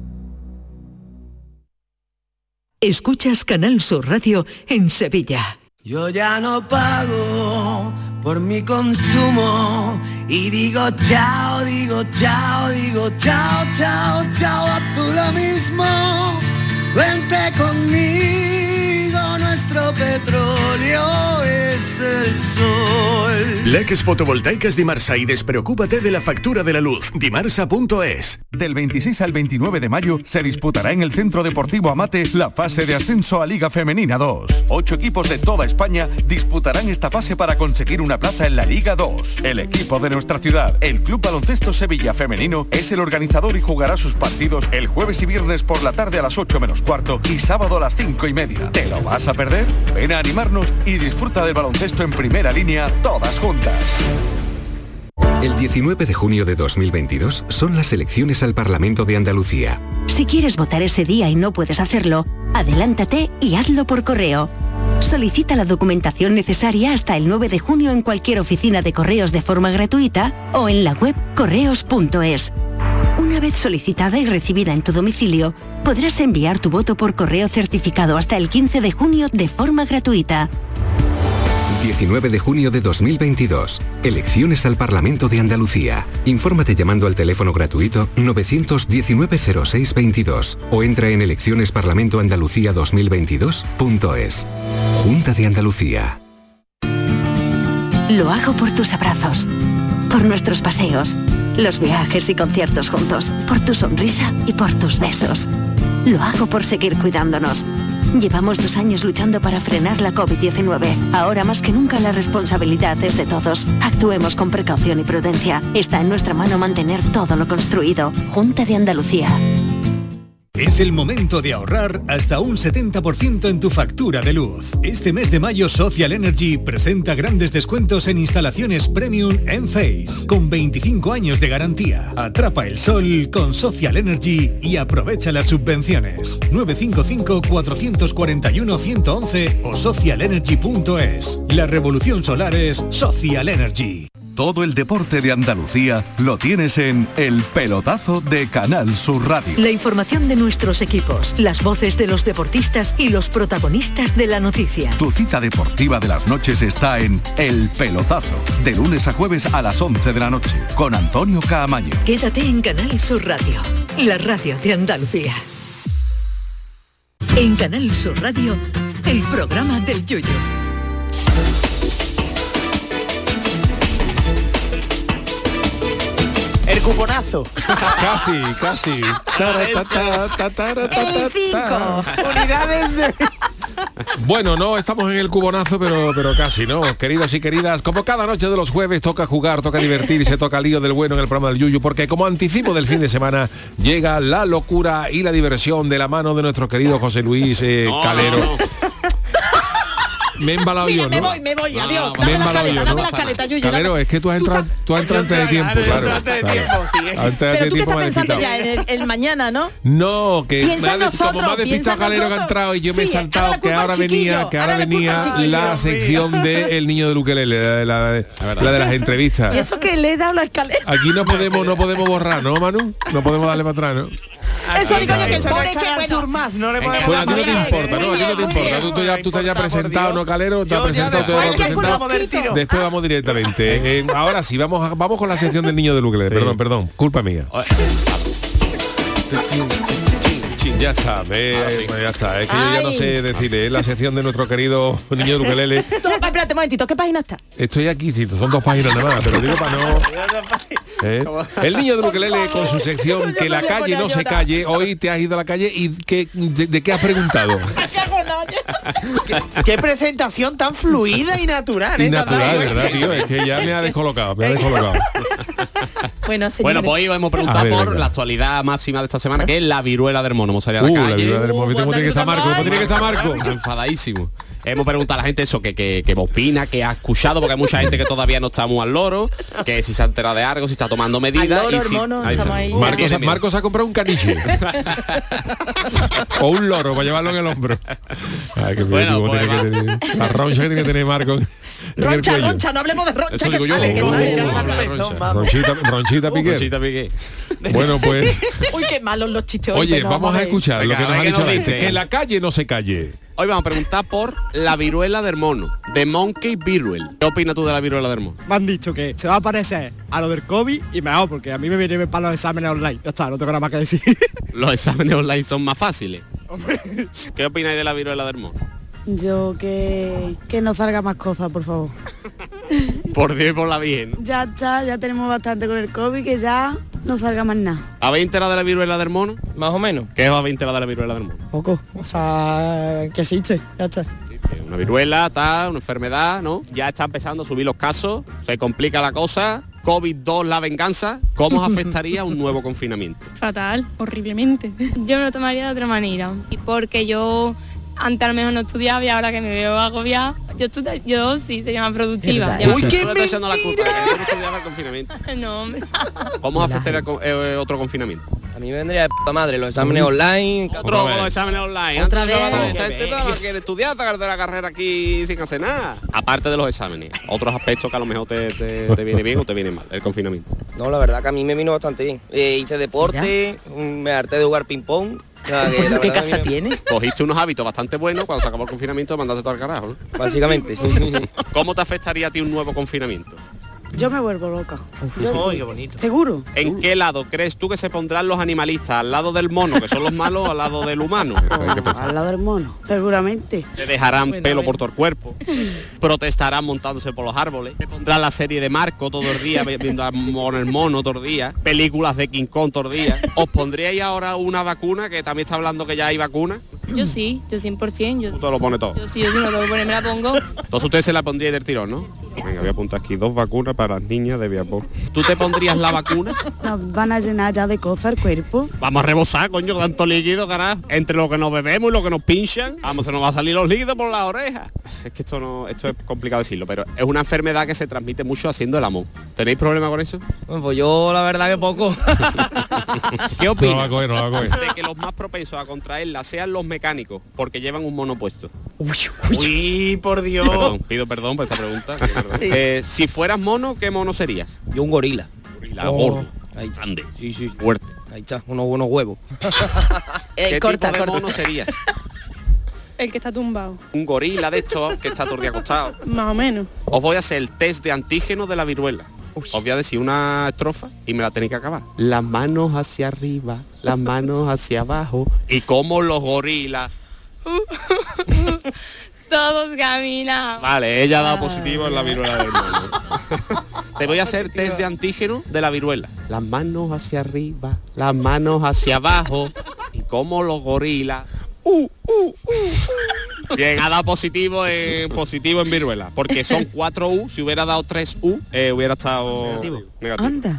Escuchas Canal Sur Radio en Sevilla. Yo ya no pago por mi consumo y digo chao, digo chao, digo chao, chao, chao, a tú lo mismo. Vente conmigo, nuestro petróleo es aparece el sol. Plaques fotovoltaicas Dimarsa y despreocúpate de la factura de la luz. Dimarsa.es. Del 26 al 29 de mayo se disputará en el Centro Deportivo Amate la fase de ascenso a Liga Femenina 2. 8 equipos de toda España disputarán esta fase para conseguir una plaza en la Liga 2. El equipo de nuestra ciudad, el Club Baloncesto Sevilla Femenino, es el organizador y jugará sus partidos el jueves y viernes por la tarde a las 8 menos cuarto y sábado a las 5:30. ¿Te lo vas a perder? Ven a animarnos y disfruta del baloncesto en primera línea todas juntas. El 19 de junio de 2022 son las elecciones al Parlamento de Andalucía. Si quieres votar ese día y no puedes hacerlo, adelántate y hazlo por correo. Solicita la documentación necesaria hasta el 9 de junio en cualquier oficina de correos de forma gratuita o en la web correos.es. Una vez solicitada y recibida en tu domicilio, podrás enviar tu voto por correo certificado hasta el 15 de junio de forma gratuita. 19 de junio de 2022. Elecciones al Parlamento de Andalucía. Infórmate llamando al teléfono gratuito 919-0622 o entra en eleccionesparlamentoandalucía2022.es. Junta de Andalucía. Lo hago por tus abrazos, por nuestros paseos, los viajes y conciertos juntos, por tu sonrisa y por tus besos. Lo hago por seguir cuidándonos. Llevamos 2 años luchando para frenar la COVID-19. Ahora más que nunca la responsabilidad es de todos. Actuemos con precaución y prudencia. Está en nuestra mano mantener todo lo construido. Junta de Andalucía. Es el momento de ahorrar hasta un 70% en tu factura de luz. Este mes de mayo Social Energy presenta grandes descuentos en instalaciones premium en Face, con 25 años de garantía. Atrapa el sol con Social Energy y aprovecha las subvenciones. 955-441-111 o socialenergy.es. La revolución solar es Social Energy. Todo el deporte de Andalucía lo tienes en El Pelotazo de Canal Sur Radio. La información de nuestros equipos, las voces de los deportistas y los protagonistas de la noticia. Tu cita deportiva de las noches está en El Pelotazo, de lunes a jueves a las 11 de la noche, con Antonio Caamaño. Quédate en Canal Sur Radio, la radio de Andalucía. En Canal Sur Radio, el programa del Yoyo. El cuponazo. Casi. El 5. Unidades de... Bueno, no estamos en el cubonazo, pero casi, ¿no? Queridos y queridas, como cada noche de los jueves toca jugar, toca divertirse, toca lío del bueno en el programa del Yuyu, porque como anticipo del fin de semana llega la locura y la diversión de la mano de nuestro querido José Luis Calero. No. Me he embalado yo, ¿no? Me voy, adiós. Me he embalado yo, ¿no? Calero, es que tú has entrado antes de tiempo, claro. Pero tú que estás pensando ya en el mañana, ¿no? No, que como me ha despistado Calero que ha entrado y yo me he saltado que ahora venía la sección de El Niño del Ukelele, la de las entrevistas. Y eso que le he dado la escalera. Aquí no podemos borrar, ¿no, Manu? No podemos darle para atrás, ¿no? Eso digo yo, que el pobre que bueno. Más, no le podemos pues a ti no te importa, ¿no? A ti no te importa. Tú te has presentado, ¿no, Calero? Te has presentado, te has presentado. Después vamos directamente. Ahora sí, vamos con la sección del Niño del Ukelele. Perdón, culpa mía. Ya está, ya está. Es que yo ya no sé decirle, es la sección de nuestro querido Niño del Ukelele. Espérate un momentito, ¿qué página está? Estoy aquí, sí, son 2 páginas nada más, pero digo para no... El Niño del Ukelele con su sección Que la calle no se calle. Hoy te has ido a la calle y ¿de qué has preguntado? ¿Qué presentación tan fluida y natural? Y natural, ¿verdad, tío? Es que ya me ha descolocado. Bueno, pues hoy hemos preguntado por la actualidad máxima de esta semana, que es la viruela del mono. Hemos salido a la calle. La viruela del mono. ¿Cómo tiene que estar Marco? Enfadadísimo. Hemos preguntado a la gente eso, que opina, que ha escuchado, porque hay mucha gente que todavía no está muy al loro, que si se ha enterado de algo, si está tomando medidas. Al loro, hermano, Marco se ha comprado un caniche. O un loro para llevarlo en el hombro. Ay, qué bueno, pues la roncha que tiene que tener Marco. Roncha, no hablemos de roncha. Eso digo yo. Ronchita Piqué. Bueno, pues... Uy, qué malos los chistes. Oye, vamos a escuchar lo que nos ha dicho la gente. Que la calle no se calle. Hoy vamos a preguntar por la viruela del mono, de Monkey Viruel. ¿Qué opinas tú de la viruela del mono? Me han dicho que se va a parecer a lo del COVID y mejor, porque a mí me viene para los exámenes online. Ya está, no tengo nada más que decir. Los exámenes online son más fáciles. ¿Qué opináis de la viruela del mono? Yo que no salga más cosas, por favor. Por Dios y por la Virgen. Ya está, ya tenemos bastante con el COVID, que ya no salga más nada. ¿Habéis enterado de la viruela del mono? Más o menos. ¿Qué os habéis enterado de la viruela del mono? Poco, o sea, que existe, ya está. Una viruela, tal, una enfermedad, ¿no? Ya está empezando a subir los casos, se complica la cosa. COVID-2, la venganza. ¿Cómo os afectaría un nuevo confinamiento? Fatal, horriblemente. Yo me lo tomaría de otra manera. Y porque yo antes a lo mejor no estudiaba y ahora que me veo agobiada, yo sí sería más productiva. Uy, qué mentira. Echando la culpa, que yo no estudiaba el confinamiento. No, hombre. ¿Cómo os afectaría otro confinamiento? A mí me vendría de puta madre los exámenes online. Otro los exámenes online. Otra Antes vez. la gente no quiere estudiar, sacar de la carrera aquí sin hacer nada. Aparte de los exámenes, otros aspectos que a lo mejor te viene bien o te viene mal, el confinamiento. No, la verdad que a mí me vino bastante bien. Hice deporte, me harté de jugar ping pong. ¿Qué casa tiene? Cogiste unos hábitos bastante buenos, cuando se acabó el confinamiento mandaste todo al carajo, ¿no? Básicamente, sí. ¿Cómo te afectaría a ti un nuevo confinamiento? Yo me vuelvo loca. Uy, qué bonito. ¿Seguro? ¿En qué lado crees tú que se pondrán los animalistas? ¿Al lado del mono, que son los malos, o al lado del humano? Al lado del mono, seguramente. Te dejarán pelo por todo el cuerpo. Protestarán montándose por los árboles. Te pondrán la serie de Marco todo el día, viendo al mono todo el día. Películas de King Kong todo el día. ¿Os pondríais ahora una vacuna, que también está hablando que ya hay vacuna? Yo sí, yo 100%. Tú te lo pones todo. Yo sí no tengo que poner, me la pongo. Entonces ustedes se la pondríais del tirón, ¿no? Venga, voy a apuntar aquí 2 vacunas para las niñas de Viapor. ¿Tú te pondrías la vacuna? Nos van a llenar ya de cosas el cuerpo. Vamos a rebosar, coño, tanto líquido, carajo. Entre lo que nos bebemos y lo que nos pinchan, vamos, se nos va a salir los líquidos por las orejas. Es que esto es complicado decirlo, pero es una enfermedad que se transmite mucho haciendo el amor. ¿Tenéis problema con eso? Bueno, pues yo la verdad que poco. ¿Qué opinas? No va a coger. De que los más propensos a contraerla sean los mecánicos, porque llevan un mono puesto. Uy, por Dios. Pido perdón por esta pregunta. Sí. Si fueras mono, ¿qué mono serías? Yo un gorila. Gorila gordo. Ahí grande. Sí. Fuerte. Ahí está, unos buenos huevos. ¿Qué tipo de mono serías? El que está tumbado. Un gorila de estos que está todo el día acostado. Más o menos. Os voy a hacer el test de antígenos de la viruela. Os voy a decir una estrofa y me la tenéis que acabar. Las manos hacia arriba, las manos hacia abajo. Y como los gorilas. Todos caminan. Vale, ella ha dado positivo en la viruela del mono. Te voy a hacer test de antígeno de la viruela. Las manos hacia arriba, las manos hacia abajo. Y como los gorilas. Bien, ha dado positivo en viruela. Porque son 4 U. Si hubiera dado 3 U, hubiera estado negativo. Anda.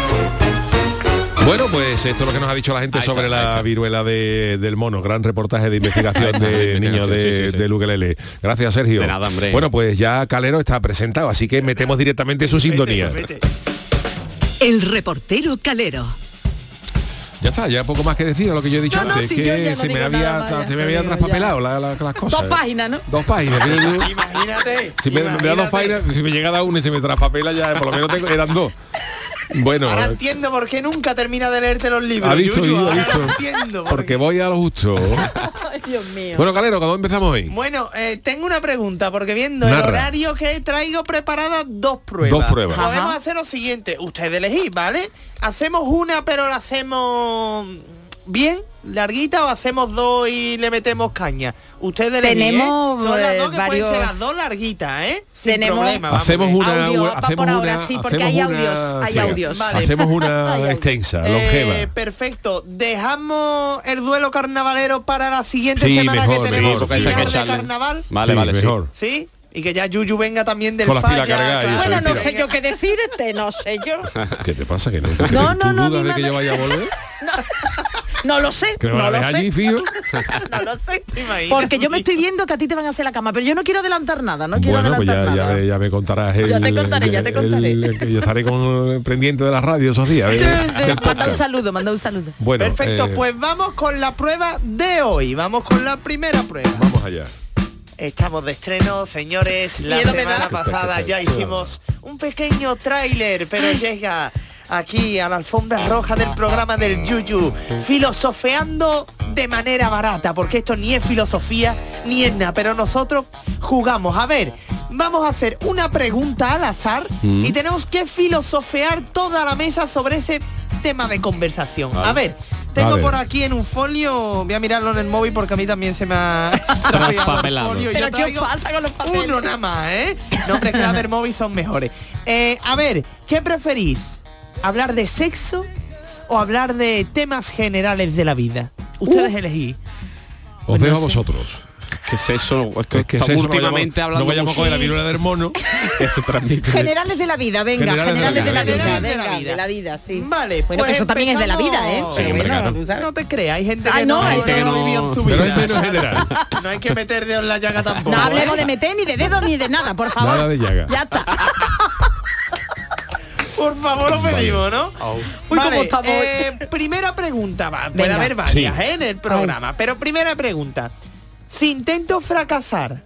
Bueno, pues esto es lo que nos ha dicho la gente sobre la viruela del mono. Gran reportaje de investigación de niños de Ukelele. Gracias, Sergio. De nada, hombre. Bueno, pues ya Calero está presentado, así que metemos directamente su sintonía. El reportero Calero. Ya está, ya poco más que decir a lo que yo he dicho antes. Sí, que yo ya no se me digo había, nada más, se me había traspapelado las cosas. 2 páginas, ¿no? 2 páginas. Imagínate. Si me da 2 páginas, si me llega a dar una y se me traspapela ya, por lo menos eran 2. Bueno, ahora entiendo por qué nunca termina de leerte los libros. ha dicho, Yuyu, ha dicho, entiendo porque voy a lo justo. Ay, Dios mío. Bueno, Calero, ¿cómo empezamos hoy? Bueno, tengo una pregunta, porque viendo Narra. el horario que traigo preparadas 2 pruebas. 2 pruebas. Podemos Ajá. hacer lo siguiente, ustedes elegís, ¿vale? Hacemos una, pero la hacemos bien, larguita, o hacemos 2 y le metemos caña. Ustedes elegís, Tenemos, son las 2 que varios- pueden ser las 2 larguitas, ¿eh? Sin Tenemos- problema. vamos. Hacemos una, Audio, va hacemos por ahora, una, sí, porque hacemos hay una- audios, hay sí, audios. Vale. Hacemos una extensa, longeva. Perfecto. Dejamos el duelo carnavalero para la siguiente Sí, semana mejor, que tenemos mejor. final de echarle. carnaval. Vale, Sí, vale, mejor. ¿Sí? Y que ya Yuyu venga también del Con las pilas falla. cargadas y eso, Bueno, no tira. sé yo qué decir, no sé yo. ¿Qué te pasa? Que no, No, ¿tú no, a dudas mí de me que da- yo vaya a volver? No lo sé, ¿Que me van no a lo dejar allí, sé. fijo? No lo sé. ¿Te imaginas? Porque yo me estoy viendo que a ti te van a hacer la cama, pero yo no quiero adelantar nada, no quiero Bueno, pues adelantar nada. ya me contarás. Ya te contaré, ya te contaré. Que yo estaré pendiente de la radio esos días. Sí, del sí, manda podcast. un saludo. Bueno, Perfecto, pues vamos con la prueba de hoy. Vamos con la primera prueba. vamos allá. Estamos de estreno, señores. La Miedo me semana da. pasada ya hicimos un pequeño tráiler, pero llega aquí a la alfombra roja del programa del Yuyu, filosofeando de manera barata, porque esto ni es filosofía ni es nada, pero nosotros jugamos. A ver, vamos a hacer una pregunta al azar y tenemos que filosofear toda la mesa sobre ese tema de conversación. A ver, tengo A ver. por aquí en un folio, voy a mirarlo en el móvil porque a mí también se me ha extraviado el Traspapelado. folio. ¿Pero Yo qué os traigo pasa con los papeles? uno nada más, ¿eh? No, hombre, es que las del móvil son mejores. A ver, ¿qué preferís? ¿Hablar de sexo o hablar de temas generales de la vida? Ustedes elegís. Os dejo a vosotros. ¿Qué es eso? Es que, Es que estamos eso, últimamente hablando no vayamos a mucho. coger la viruela del mono que se transmite. Generales de la vida, venga, Generales generales de la vida, Generales de la venga, vida. de la vida, sí. Vale, Bueno, que pues eso también es de la vida, ¿eh? empezamos. Sí, hombre, claro. tú sabes. No te creas, hay gente Ah, que no, no, hay gente que lo no- vivió en su Pero vida. es menos general. No hay que meter dedos en la llaga tampoco. No hablemos ¿eh? de meter ni de dedos ni de nada, por favor. Nada de llaga. Ya está. Por favor, lo pedimos, ¿no? Uy, Vale, cómo estamos primera pregunta, puede Venga. haber varias, Sí. en el programa, pero primera pregunta. Si intento fracasar,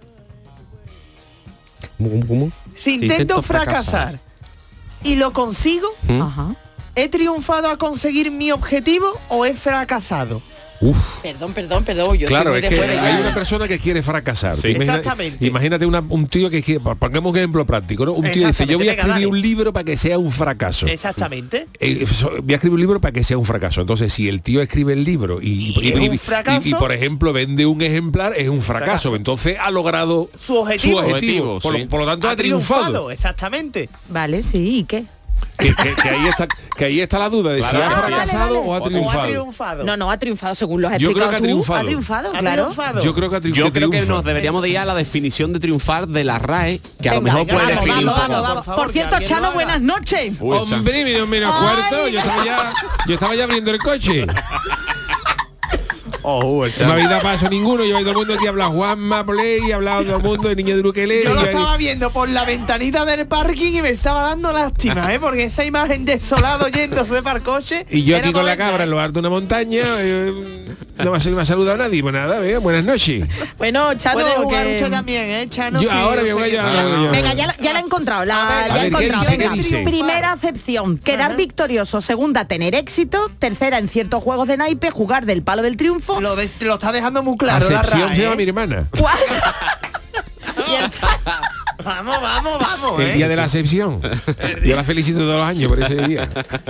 ¿Cómo? si intento fracasar y lo consigo, Ajá. ¿he triunfado a conseguir mi objetivo o he fracasado? Uf. Perdón, yo Claro, estoy es muy que después de hay ya. una persona que quiere fracasar. Sí. Exactamente. Imagínate un tío que quiere, pongamos un ejemplo práctico, ¿no? Un tío dice, yo voy a Exactamente, escribir venga, un libro para que sea un fracaso. Exactamente. Voy a escribir un libro para que sea un fracaso. Entonces, si el tío escribe el libro ¿Y es un fracaso? y, por ejemplo, vende un ejemplar, es un fracaso. Fracaso. Entonces, ha logrado Su objetivo. Objetivo, Por, sí. por lo tanto, ha triunfado. Exactamente. Vale, sí, ¿y qué? Que ahí está la duda de Claro, si ha vale, fracasado vale. o ha O ha triunfado. triunfado. No, ha triunfado según lo has Yo creo explicado que ha tú. triunfado. Ha triunfado, ¿Ha claro. triunfado? Yo creo que Yo creo que triunfa. nos deberíamos de ir a la definición de triunfar de la RAE, que a lo Venga, mejor venga, puede vamos, definir un vamos, poco. vamos. Por favor, Por cierto, que alguien lo Chano, haga. buenas noches. Uy, Chan. Hombre, menos cuarto, yo estaba ya abriendo el coche. No me habéis dado paso ninguno, yo todo el mundo aquí ha hablado Juanma Play, ha hablado todo el mundo de Niña de Ukelele. Yo lo y- estaba viendo por la ventanita del parking y me estaba dando lástima, ¿eh? Porque esa imagen desolado yéndose para el coche. Y yo era aquí con la para cabra en lo alto de una montaña, no me ha saludado nadie, pues nada, venga, buenas noches. Bueno, Chano, Puede jugar que- usted también, ¿eh, Chano? Yo Sí, ahora usted voy a que- jugar. Venga, ya la he encontrado, A ya he ver, ¿qué encontrado. dice, Venga, qué dice? primera acepción, quedar victorioso. Segunda, tener éxito. Tercera, en ciertos juegos de naipe, jugar del palo del triunfo. Lo está dejando muy claro la Acepción RAE, se llama ¿eh? mi hermana. Y el Chano- Vamos, El día de la acepción. Yo la felicito todos los años por ese día.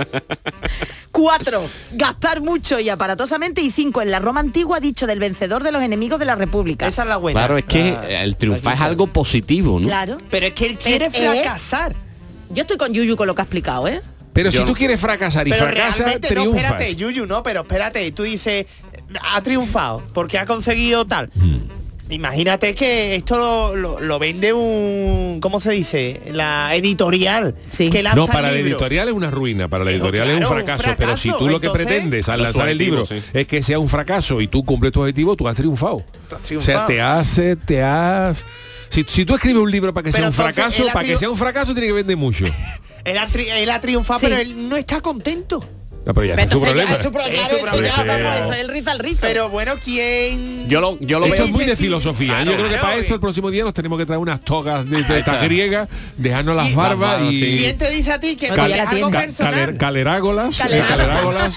4, gastar mucho y aparatosamente. Y 5, en la Roma antigua, dicho del vencedor de los enemigos de la República. Esa es la buena. Claro, es que el triunfar es algo positivo, ¿no? Claro. Pero es que él quiere fracasar. Yo estoy con Yuyu con lo que ha explicado, ¿eh? Pero Yo si tú no. quieres fracasar y Pero fracasas, realmente, no, triunfas. espérate, Yuyu, no, pero espérate, tú dices, ha triunfado, porque ha conseguido tal. Imagínate que esto lo vende un, ¿cómo se dice? La editorial. Que lanza No, para el la libro. editorial es una ruina, para la editorial es claro, un un fracaso, pero si fracaso, tú lo que entonces- pretendes al Lo lanzar el libro subjetivo, es que sea un fracaso y tú cumples tu objetivo, tú has triunfado. O sea, te has... Si tú escribes un libro para que Pero sea un entonces, fracaso, él ha para que triun- sea un fracaso tiene que vender mucho. Él ha triunfado, Sí. pero él no está contento. No, pero ya es su Entonces ya problema. es su problema, Es su claro, problema, eso ya, pero- vamos, eso es el rizo al rizo. Pero bueno, ¿quién? Yo lo Esto veo es muy de dice sí. filosofía. Claro, Yo creo que claro, para esto el próximo día nos tenemos que traer unas togas de estas griegas, dejarnos las Y- barbas las y... ¿Quién te dice a ti que No, porque ya la es algo tiene. personal? Calerágolas. Calerágolas.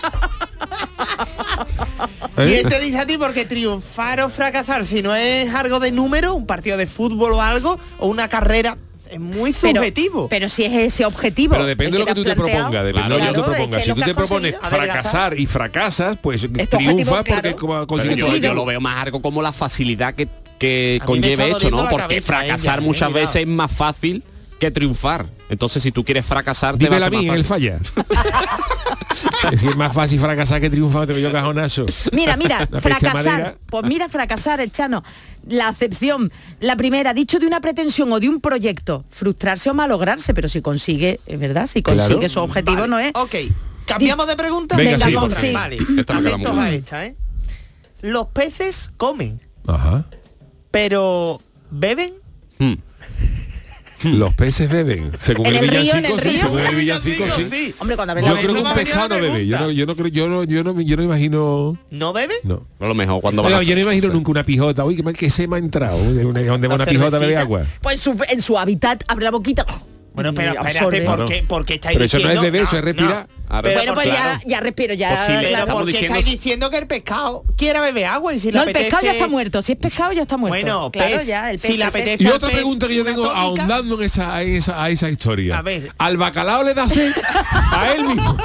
¿Quién te dice a ti porque triunfar o fracasar si no es algo de número, un partido de fútbol o algo, o una carrera? Es muy subjetivo. Pero si es ese objetivo. Pero depende de lo que tú te planteado, propongas, depende de lo que tú te propongas. Si tú te propones fracasar y fracasas, pues triunfas porque como Pero consigues tu yo objetivo. lo veo más algo como la facilidad que A mí me conlleve está esto, doliendo ¿no? la Porque cabeza, fracasar ella, muchas cuidado. veces es más fácil que triunfar. Entonces, si tú quieres fracasar, te va a Dímela a ser mí, más él fácil. falla. Que si es más fácil fracasar que triunfar, te veo cajonazo. Mira, Una pecha fracasar. madera. Pues mira, fracasar, el Chano. La acepción, la primera, dicho de una pretensión o de un proyecto, frustrarse o malograrse, pero si consigue, es verdad, si consigue Claro. su objetivo Vale, no es. Ok, cambiamos de pregunta. Venga, sí. otra. Sí. Vale, Esta me queda muy atentos buena. a esta, ¿eh? Los peces comen, Ajá. pero ¿beben? Los peces beben. Según ¿En el el río, villancico, en el sí. río? Según el villancico, sí. Hombre, cuando abre Yo la creo que boca- un pescado no bebe. Yo no imagino. ¿No bebe? No. A lo mejor cuando Pero vas a- yo no imagino nunca una pijota. Uy, qué mal que se me ha entrado. Donde va una pijota bebe cervecita. agua. Pues en su hábitat abre la boquita. Bueno, pero y espérate, absorbe. ¿por qué estáis Pero eso no diciendo? es beber, eso es respirar. Bueno, pues ya respiro, ya. Pero porque estáis diciendo que el pescado quiera beber agua y si le no, apetece... el pescado ya está muerto. Si es pescado ya está muerto. Bueno, claro, pez, ya, el pez, si le apetece... Y otra pregunta que yo tengo ahondando en a esa historia. A ver. ¿Al bacalao le da sed? A él mismo.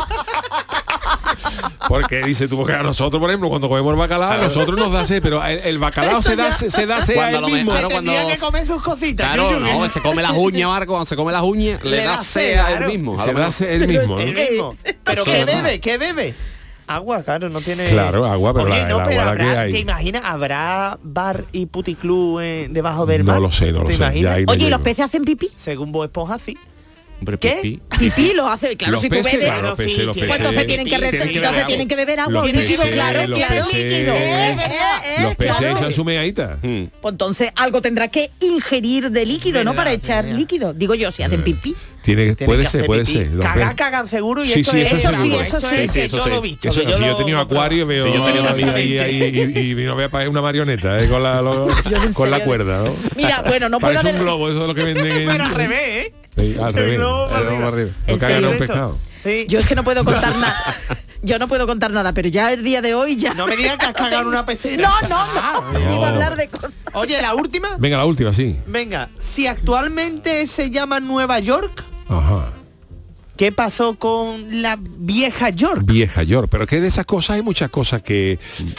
Porque dice tú, porque a nosotros, por ejemplo, cuando comemos bacalao, a nosotros nos da sed, pero el bacalao se da sed a él mismo. Tendría que comer sus cositas. Claro, no, se come las uñas, Marco, cuando se come las uñas, le da sed a él mismo. Se da sed él mismo, ¿no? Pero ¿qué bebe? Agua, claro, no tiene... Claro, agua, pero Oye, el agua pero que hay. ¿te imaginas? ¿Habrá bar y puticlub debajo del mar? No lo sé. Oye, ¿y los peces hacen pipí? Según Bob Esponja, sí. ¿Qué? Pipí lo hace, claro, los si tú peces, bebes, claro, los peces, pues entonces tienen que beber agua, los líquido, peces, claro, los claro. peces, los peces echan su meadita. Pues entonces algo tendrá que ingerir de líquido, ¿no? Para echar líquido. Digo yo, si hacen pipí. Puede ser. Cagan seguro y sí, esto sí, es... Eso yo lo he visto. Eso, si yo he tenido acuario, veo y no vea para una marioneta con la cuerda, ¿no? Mira, bueno, no puedo... Parece un globo, eso es lo que venden. Pero al revés, ¿eh? Sí, al revés. ¿En serio? Un pescado. Sí. Yo es que no puedo contar nada. Yo no puedo contar nada, pero ya el día de hoy ya... No me digan que has cagado en una pecera. No. Iba a hablar de cosas. Oye, ¿la última? Venga, la última, sí. Venga, si actualmente se llama Nueva York... Ajá. ¿Qué pasó con la vieja York? Vieja York, pero que de esas cosas hay muchas cosas que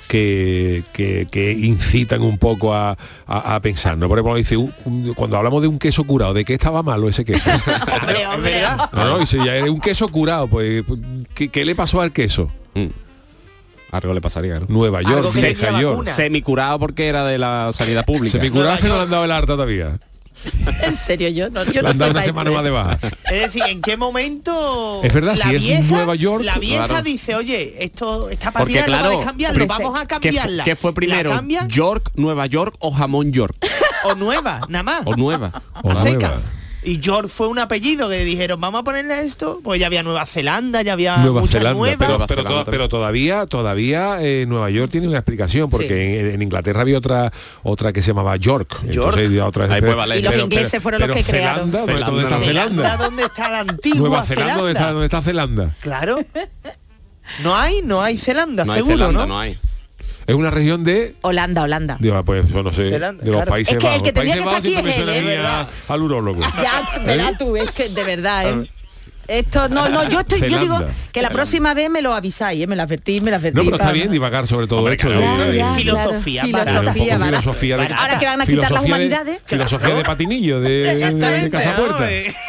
incitan un poco a pensar, ¿no? Por ejemplo, dice, cuando hablamos de un queso curado, ¿de qué estaba malo ese queso? Hombre. No, dice, ya es un queso curado, pues, ¿qué le pasó al queso? Algo le pasaría, ¿no? Nueva York, vieja York. Semicurado porque era de la sanidad pública. Semicurado que no le han dado el harta todavía. En serio, yo no le han dado una semana más de baja. Es decir, ¿en qué momento? Es verdad, si es en Nueva York. La vieja claro. dice, oye, esta partida no va a cambiarlo, vamos a cambiarla. ¿Qué fue primero? ¿York, Nueva York o jamón York? O nueva, nada más. O nueva. A secas. Y York fue un apellido que dijeron, vamos a ponerle esto, pues ya había Nueva Zelanda, ya había muchas nuevas. Pero todavía Nueva York tiene una explicación, porque en Inglaterra había otra que se llamaba York. Entonces, otra, y los ingleses fueron los que crearon. ¿Dónde está Zelanda? ¿Dónde está la antigua Nueva Zelanda? ¿Dónde está Zelanda? Claro. No hay Zelanda, no seguro, hay Zelanda, ¿no? No hay. Es una región de... Holanda. Digo, pues yo no sé, Zelanda, de los claro. Países Es que Bajos. el que tenía Países que Bajos estar aquí siempre me es él, suena al urólogo. Ya, verás tú, es que de verdad, ¿eh? Esto, yo digo que la próxima vez me lo avisáis, me lo advertís. No, pero está bien divagar sobre todo esto. Filosofía. Filosofía. Ahora que van a quitar las humanidades. Filosofía de patinillo, de casapuerta.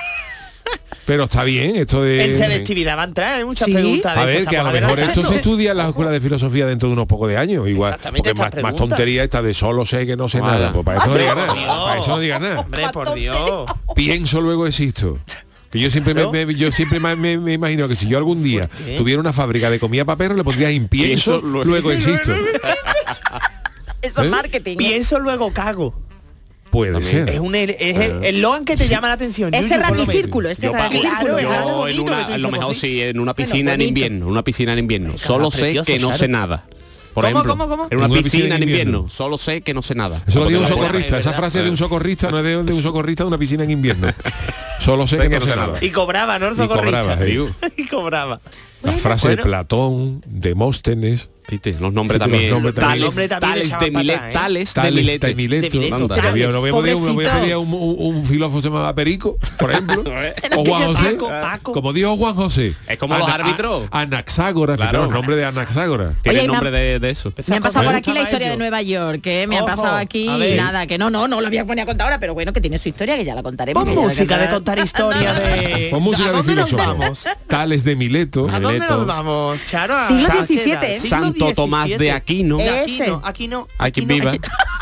Pero está bien esto de... En selectividad va a entrar, hay muchas preguntas. A ver, que a lo mejor esto se estudia en la escuela de filosofía dentro de unos pocos de años. Igual, porque más tontería esta de solo sé que no sé nada. Pues para eso no diga nada. Para eso no diga nada. Hombre, por Dios. Pienso, luego existo. Que yo siempre me imagino que si yo algún día tuviera una fábrica de comida para perros, le pondría pienso, luego existo. Eso es marketing. Pienso, luego cago. Puede ser. Es el Logan que te llama la atención. Es cerrar mi círculo. Yo lo mejor sí, en una piscina en invierno. Solo sé que no sé nada. Por ejemplo, ¿Cómo? en una piscina en invierno. Solo sé que no sé nada. Eso lo dijo un socorrista. Esa frase de un socorrista no es de un socorrista de una piscina en invierno. Solo sé que no sé nada. Y cobraba, ¿no? El socorrista. Y cobraba. La frase de Platón, Demóstenes. Fíjate, los nombres también. Tales de Mileto. No voy a pedir un filósofo se llamaba Perico, por ejemplo. O Juan José. Como dijo Juan José. Es como los árbitros. Anaxágora, claro, el nombre de Anaxágora. Tiene el nombre de eso. Me ha pasado por aquí la historia de Nueva York, que me ha pasado aquí nada, que no lo voy a poner a contar ahora, pero bueno, que tiene su historia, que ya la contaremos. Pon música de contar historia de... Pon música de filósofo. Tales de Mileto. ¿A dónde nos vamos, Charo? Siglo XVII. Santo Tomás de Aquino. Aquí viva.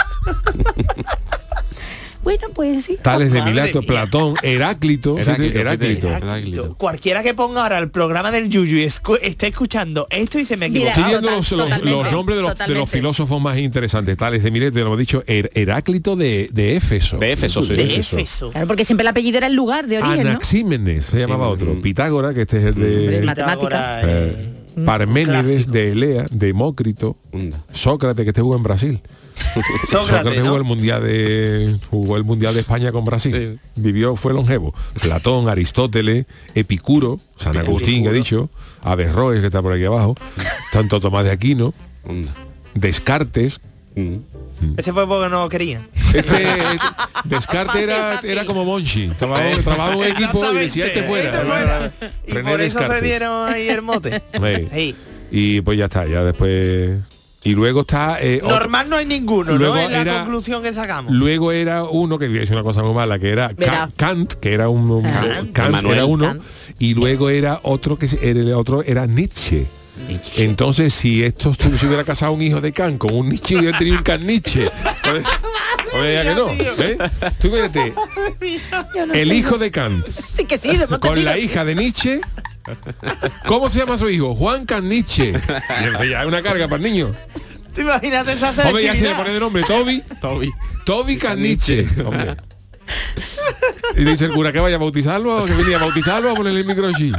Bueno, pues sí. Tales de Mileto, Platón, Heráclito. Cualquiera que ponga ahora el programa del Yuyu y esté escuchando esto y se me equivoca. Siguiendo los nombres de los filósofos más interesantes, Tales de Mileto, ya lo hemos dicho, Heráclito de Éfeso. De Éfeso, sí. De Éfeso. Claro, porque siempre el apellido era el lugar de origen, Anaxímenes, se llamaba otro. Pitágoras, que este es el de... matemática. Parménides, de Elea, Demócrito, Sócrates, que este jugó en Brasil. Sócrates ¿no? jugó el mundial de España con Brasil. Vivió, fue longevo. Platón, Aristóteles, Epicuro, San Agustín, que he dicho, Averroes, que está por aquí abajo, tanto Tomás de Aquino, Descartes. Ese fue porque no quería. Descartes era como Monchi, trabajaba en un equipo y decía este fuera. Y por eso se dieron ahí el mote. Y pues ya está, ya después. Y luego está... normal no hay ninguno, ¿no? Es la conclusión que sacamos. Luego era uno, que es una cosa muy mala, que era Kant, que era Kant era uno, Kant. Y luego era otro, el otro era Nietzsche. Entonces, si esto se hubiera casado un hijo de Kant con un Nietzsche, hubiera tenido un Kant Nietzsche. Oye, que no, ¿eh? Tú fíjate, el hijo de Kant sí que sí, con la hija de Nietzsche. ¿Cómo se llama su hijo? Juan Kant Nietzsche. Ya es una carga para el niño. ¿Te imaginas esa selectividad? Hombre, ya se le pone de nombre Toby Kant Nietzsche. Hombre. Y dice el cura que vaya a bautizarlo, que venía a bautizarlo, a ponerle el microchip.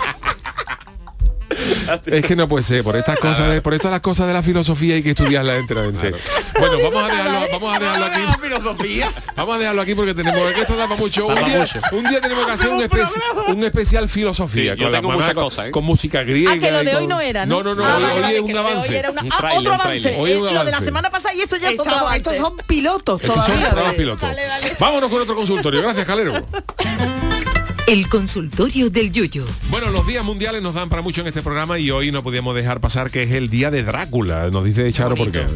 Es que no puede ser, por estas cosas, por estas las cosas de la filosofía hay que estudiarla enteramente. Bueno, vamos a dejarlo aquí. Vamos a dejarlo aquí porque tenemos que esto da para mucho. Un día tenemos que hacer un especial filosofía, sí, con las manas, con música griega. Que lo de hoy no era, ¿no? No, hoy es un avance. Otro avance. Lo de la semana pasada y esto ya es otro avance. Estos son pilotos todavía. Vale. Vámonos con otro consultorio. Gracias, Calero. El consultorio del Yuyu. Bueno, los días mundiales nos dan para mucho en este programa y hoy no podíamos dejar pasar que es el día de Drácula. Nos dice Charo por qué.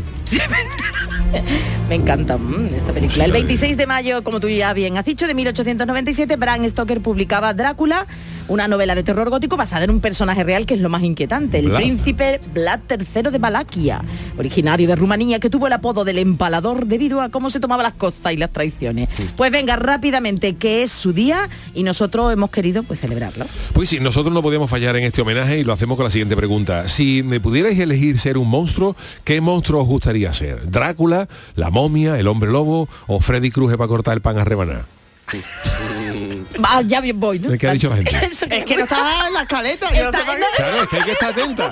Me encanta esta película. El 26 de mayo, como tú ya bien has dicho, de 1897, Bram Stoker publicaba Drácula, una novela de terror gótico basada en un personaje real que es lo más inquietante, el príncipe Vlad III de Valaquia, originario de Rumanía, que tuvo el apodo del empalador debido a cómo se tomaba las cosas y las traiciones. Pues venga, rápidamente, que es su día y nosotros hemos querido pues celebrarlo. Pues sí, nosotros no podíamos fallar en este homenaje y lo hacemos con la siguiente pregunta. Si me pudierais elegir ser un monstruo, ¿qué monstruo os gustaría ser? ¿Drácula, la momia, el hombre lobo o Freddy Krueger para cortar el pan a rebanar? Ya bien voy, ¿no? ¿Qué ha dicho la gente? Es que no estaba en la escaleta. Claro, es que hay que estar atenta.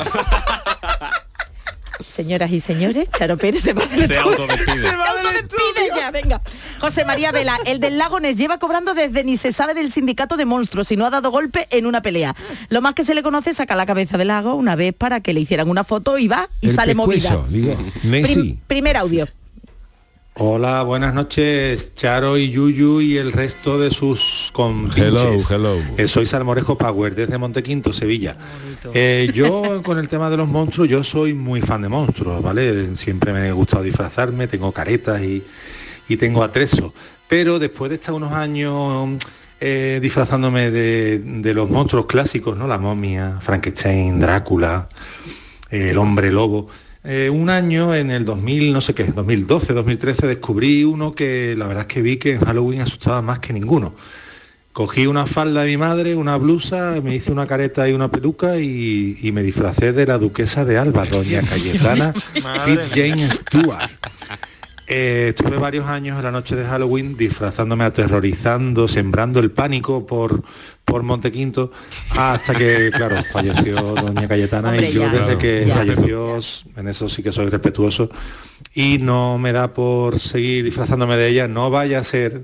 Señoras y señores, Charo Pérez se va Se autodespide ya, venga. José María Vela, el del Lago Ness, lleva cobrando desde ni se sabe del sindicato de monstruos y no ha dado golpe en una pelea. Lo más que se le conoce, saca la cabeza del lago una vez para que le hicieran una foto y va y sale movida. Primer audio. Hola, buenas noches, Charo y Yuyu y el resto de sus compinches. Hello. Soy Salmorejo Power, desde Montequinto, Sevilla. Yo, con el tema de los monstruos, yo soy muy fan de monstruos, ¿vale? Siempre me ha gustado disfrazarme, tengo caretas y tengo atrezo. Pero después de estar unos años disfrazándome de los monstruos clásicos, ¿no? La momia, Frankenstein, Drácula, el hombre lobo... un año en el 2000, no sé qué, 2012, 2013, descubrí uno que la verdad es que vi que en Halloween asustaba más que ninguno. Cogí una falda de mi madre, una blusa, me hice una careta y una peluca y me disfracé de la duquesa de Alba, doña Cayetana Fitzjames Stewart. Estuve varios años en la noche de Halloween disfrazándome, aterrorizando, sembrando el pánico por Montequinto, hasta que, claro, falleció doña Cayetana. Hombre, y yo desde que falleció, en eso sí que soy respetuoso, y no me da por seguir disfrazándome de ella. No vaya a ser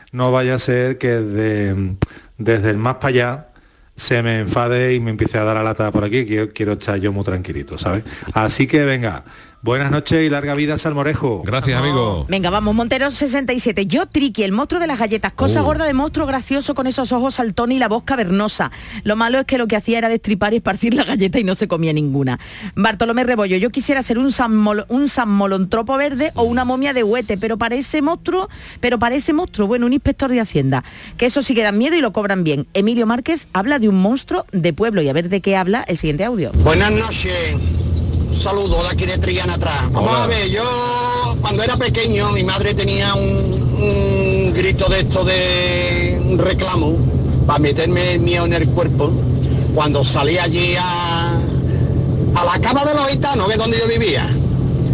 que desde el más para allá se me enfade y me empiece a dar la lata por aquí, que quiero estar yo muy tranquilito, ¿sabes? Así que venga, buenas noches y larga vida, Salmorejo. Gracias, amigo. Venga, vamos, Montero 67. Yo, Triqui, el monstruo de las galletas. Cosa gorda de monstruo gracioso con esos ojos saltones y la voz cavernosa. Lo malo es que lo que hacía era destripar y esparcir la galleta y no se comía ninguna. Bartolomé Rebollo, yo quisiera ser un San Molontropo verde o una momia de Huete, pero para ese monstruo, bueno, un inspector de Hacienda. Que eso sí que dan miedo y lo cobran bien. Emilio Márquez habla de un monstruo de pueblo y a ver de qué habla el siguiente audio. Buenas noches. Un saludo de aquí de Triana atrás. Vamos a ver, yo cuando era pequeño mi madre tenía un grito de esto de un reclamo para meterme el mío en el cuerpo cuando salí allí a la cava de los gitanos, que es donde yo vivía.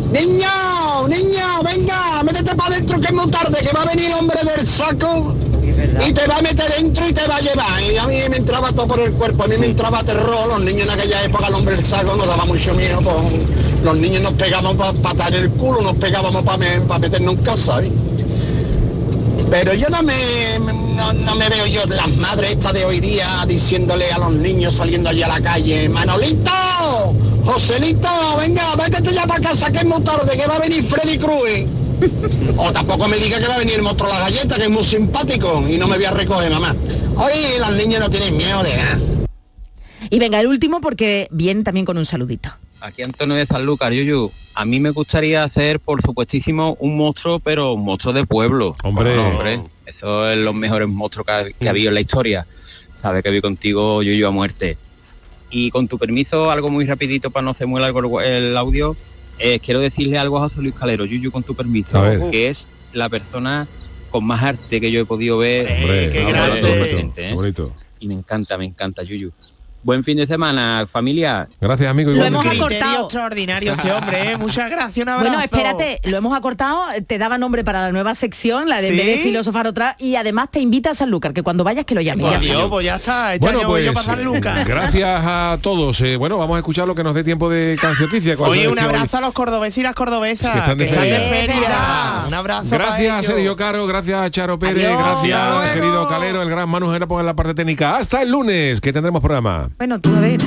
Niño, venga, métete para adentro que es muy tarde, que va a venir el hombre del saco y te va a meter dentro y te va a llevar. Y a mí me entraba todo por el cuerpo, a mí me entraba terror. Los niños en aquella época, el hombre del saco nos daba mucho miedo. Pues, los niños nos pegábamos para patar el culo, nos pegábamos para meternos en casa, ¿eh? Pero yo no me veo yo las madres estas de hoy día diciéndole a los niños saliendo allí a la calle: Manolito, Joselito, venga, vete ya para casa que es muy tarde, que va a venir Freddy Krueger. O tampoco me diga que va a venir el monstruo la galleta, que es muy simpático y no me voy a recoger, mamá. Hoy las niñas no tienen miedo de nada. Y venga, el último, porque viene también con un saludito. Aquí Antonio de Sanlúcar, Yuyu. A mí me gustaría hacer, por supuestísimo, un monstruo, pero un monstruo de pueblo. Hombre. Bueno, hombre, eso es los mejores monstruos que ha habido en la historia. Sabes que voy contigo, Yuyu, a muerte. Y con tu permiso, algo muy rapidito para no hacer muy largo el audio. Quiero decirle algo a José Luis Calero, Yuyu, con tu permiso, que es la persona con más arte que yo he podido ver. Hombre, qué grande. Qué bonito. Y me encanta, Yuyu. Buen fin de semana, familia. Gracias, amigo. Lo hemos Criterio acortado. extraordinario este hombre, ¿eh? Muchas gracias, un abrazo. Bueno, espérate, lo hemos acortado, te daba nombre para la nueva sección, la de en vez de filosofar otra, y además te invita a Sanlúcar, que cuando vayas que lo llames. Pues Dios, pues ya está, Bueno, pues pasar Lucas. gracias a todos. Bueno, vamos a escuchar lo que nos dé tiempo de cancioticia. Oye, un abrazo a los cordobeses y las cordobesas, que están de feria. Un abrazo. Gracias, Sergio Caro, gracias, Charo Pérez, gracias, querido Calero, el gran Manu Gera por la parte técnica. Hasta el lunes, que tendremos programa. Bueno, tú a ver.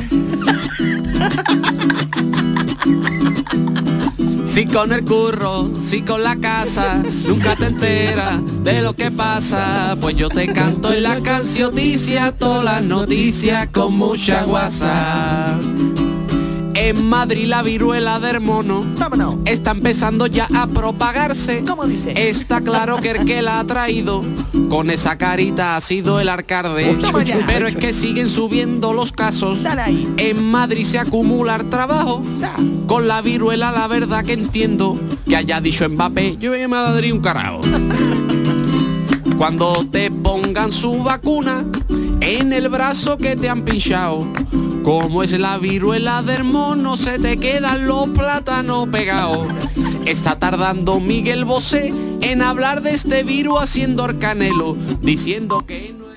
Si con el curro, si con la casa, nunca te enteras de lo que pasa. Pues yo te canto en la cancioticia todas las noticias con mucha guasa. En Madrid la viruela del mono está empezando ya a propagarse. Está claro que el que la ha traído con esa carita ha sido el alcalde. Pero es que siguen subiendo los casos. En Madrid se acumula el trabajo. Con la viruela la verdad que entiendo que haya dicho Mbappé, yo voy a Madrid un carajo. Cuando te pongan su vacuna en el brazo que te han pinchado, como es la viruela del mono, se te quedan los plátanos pegados. Está tardando Miguel Bosé en hablar de este virus haciendo el canelo, diciendo que no